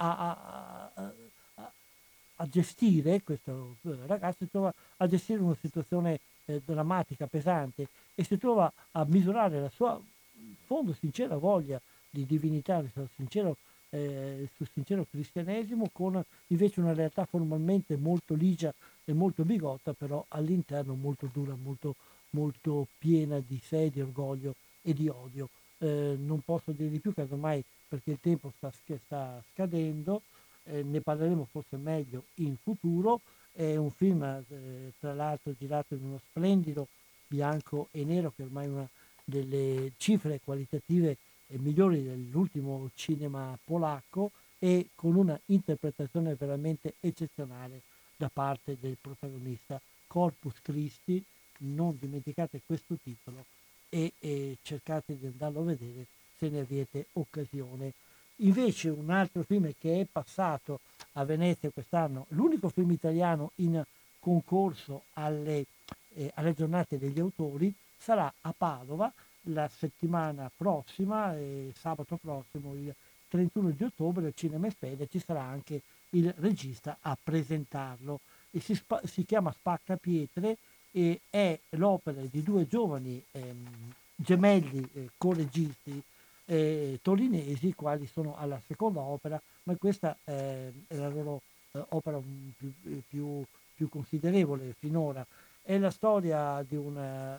a gestire, questo ragazzo si trova a gestire una situazione drammatica, pesante, e si trova a misurare la sua fondo sincera voglia di divinità, il suo sincero cristianesimo, con invece una realtà formalmente molto ligia e molto bigotta, però all'interno molto dura, molto, molto piena di sé, di orgoglio e di odio. Non posso dire di più, casomai, perché il tempo sta scadendo, ne parleremo forse meglio in futuro. È un film tra l'altro girato in uno splendido bianco e nero, che ormai è una delle cifre qualitative migliori dell'ultimo cinema polacco, e con una interpretazione veramente eccezionale da parte del protagonista. Corpus Christi, non dimenticate questo titolo e cercate di andarlo a vedere se ne avete occasione. Invece un altro film che è passato a Venezia quest'anno, l'unico film italiano in concorso alle giornate degli autori, sarà a Padova la settimana prossima, sabato prossimo, il 31 di ottobre, al Cinema Espedia. Ci sarà anche il regista a presentarlo. E si chiama Spacca Pietre, e è l'opera di due giovani gemelli co-registi torinesi, quali sono alla seconda opera, ma questa è la loro opera più considerevole finora. È la storia di una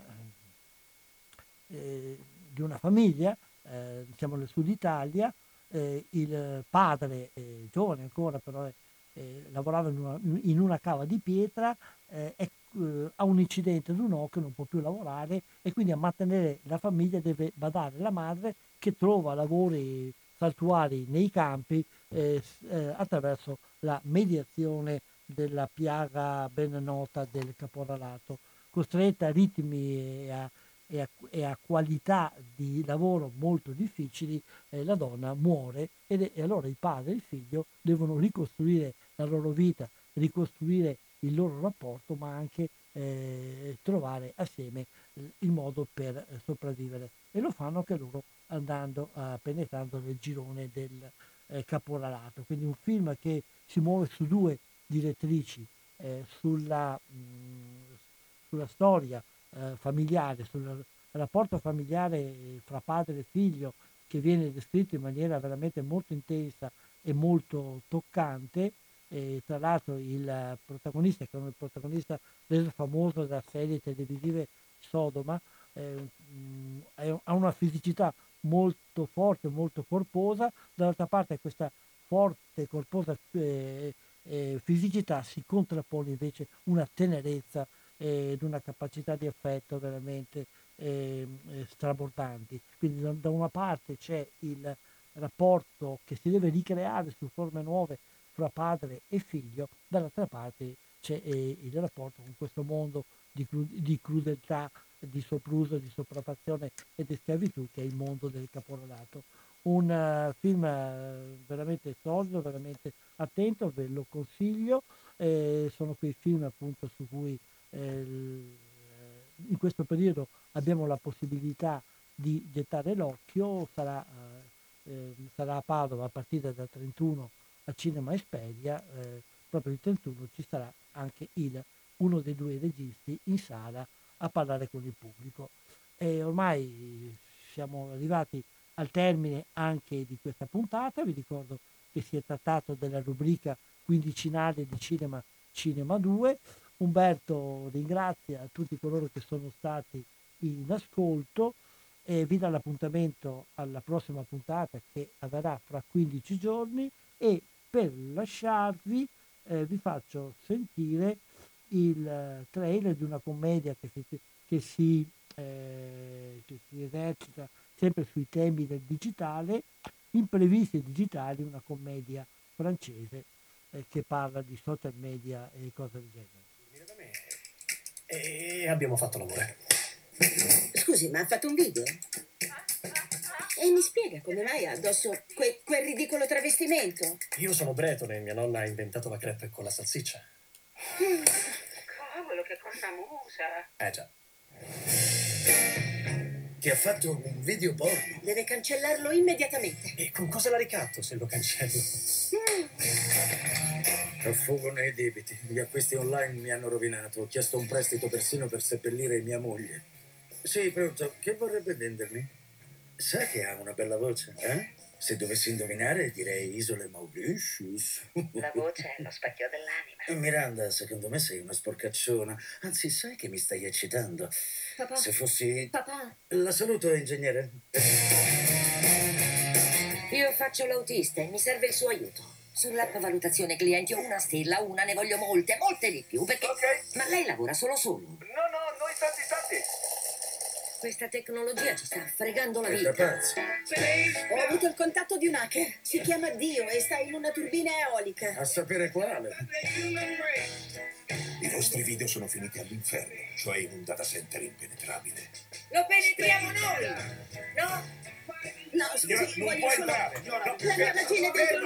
famiglia, diciamo nel sud Italia. Il padre, giovane ancora, però lavorava in una cava di pietra, ha un incidente ad un occhio, non può più lavorare, e quindi a mantenere la famiglia deve badare la madre, che trova lavori saltuari nei campi attraverso la mediazione della piaga ben nota del caporalato. Costretta a ritmi e a qualità di lavoro molto difficili, la donna muore, e allora il padre e il figlio devono ricostruire la loro vita, ricostruire il loro rapporto, ma anche trovare assieme il modo per sopravvivere, e lo fanno anche loro penetrando nel girone del caporalato. Quindi un film che si muove su due direttrici, sulla storia familiare, sul rapporto familiare fra padre e figlio, che viene descritto in maniera veramente molto intensa e molto toccante. Tra l'altro il protagonista, che è un protagonista reso famoso da serie televisive Sodoma, ha una fisicità molto forte, molto corposa. Dall'altra parte questa forte, corposa fisicità si contrappone invece una tenerezza ed una capacità di affetto veramente strabordanti. Quindi da una parte c'è il rapporto che si deve ricreare su forme nuove fra padre e figlio, dall'altra parte c'è il rapporto con questo mondo di crudeltà, di sopruso, di sopraffazione e di schiavitù, che è il mondo del caporalato. Un film veramente solido, veramente attento, ve lo consiglio. Sono quei film appunto su cui in questo periodo abbiamo la possibilità di gettare l'occhio. Sarà a Padova a partire dal 31 al Cinema Espedia. Proprio il 31 ci sarà anche uno dei due registi in sala a parlare con il pubblico. E ormai siamo arrivati al termine anche di questa puntata. Vi ricordo che si è trattato della rubrica quindicinale di Cinema 2. Umberto ringrazia tutti coloro che sono stati in ascolto e vi dà l'appuntamento alla prossima puntata che avverrà fra 15 giorni, e per lasciarvi vi faccio sentire il trailer di una commedia che si esercita sempre sui temi del digitale, Imprevisti digitali, una commedia francese che parla di social media e cose del genere. E abbiamo fatto l'amore. Scusi, ma ha fatto un video? E mi spiega come mai ha addosso quel ridicolo travestimento? Io sono bretone e mia nonna ha inventato la crepe con la salsiccia. Cavolo, che cornamusa! Già. Ti ha fatto un video porno. Deve cancellarlo immediatamente. E con cosa la ricatto se lo cancello? Affogo nei debiti. Gli acquisti online mi hanno rovinato. Ho chiesto un prestito persino per seppellire mia moglie. Sì, pronto. Che vorrebbe vendermi? Sa che ha una bella voce, eh? Se dovessi indovinare direi Isole Mauritius. La voce è lo specchio dell'anima. Miranda, secondo me sei una sporcacciona. Anzi, sai che mi stai eccitando. Papà. Se fossi... Papà. La saluto, ingegnere. Io faccio l'autista e mi serve il suo aiuto. Sull'app valutazione clienti ho una stella, ne voglio molte di più, perché... Ok. Ma lei lavora solo? No, noi tanti. Questa tecnologia ci sta fregando la È vita. pazzo. Ho avuto il contatto di un hacker. Si chiama Dio e sta in una turbina eolica. A sapere quale. I vostri video sono finiti all'inferno, cioè in un data center impenetrabile. Lo penetriamo noi! No? No, scusi, Non voglio puoi solo... entrare. No, La mia vagina è dentro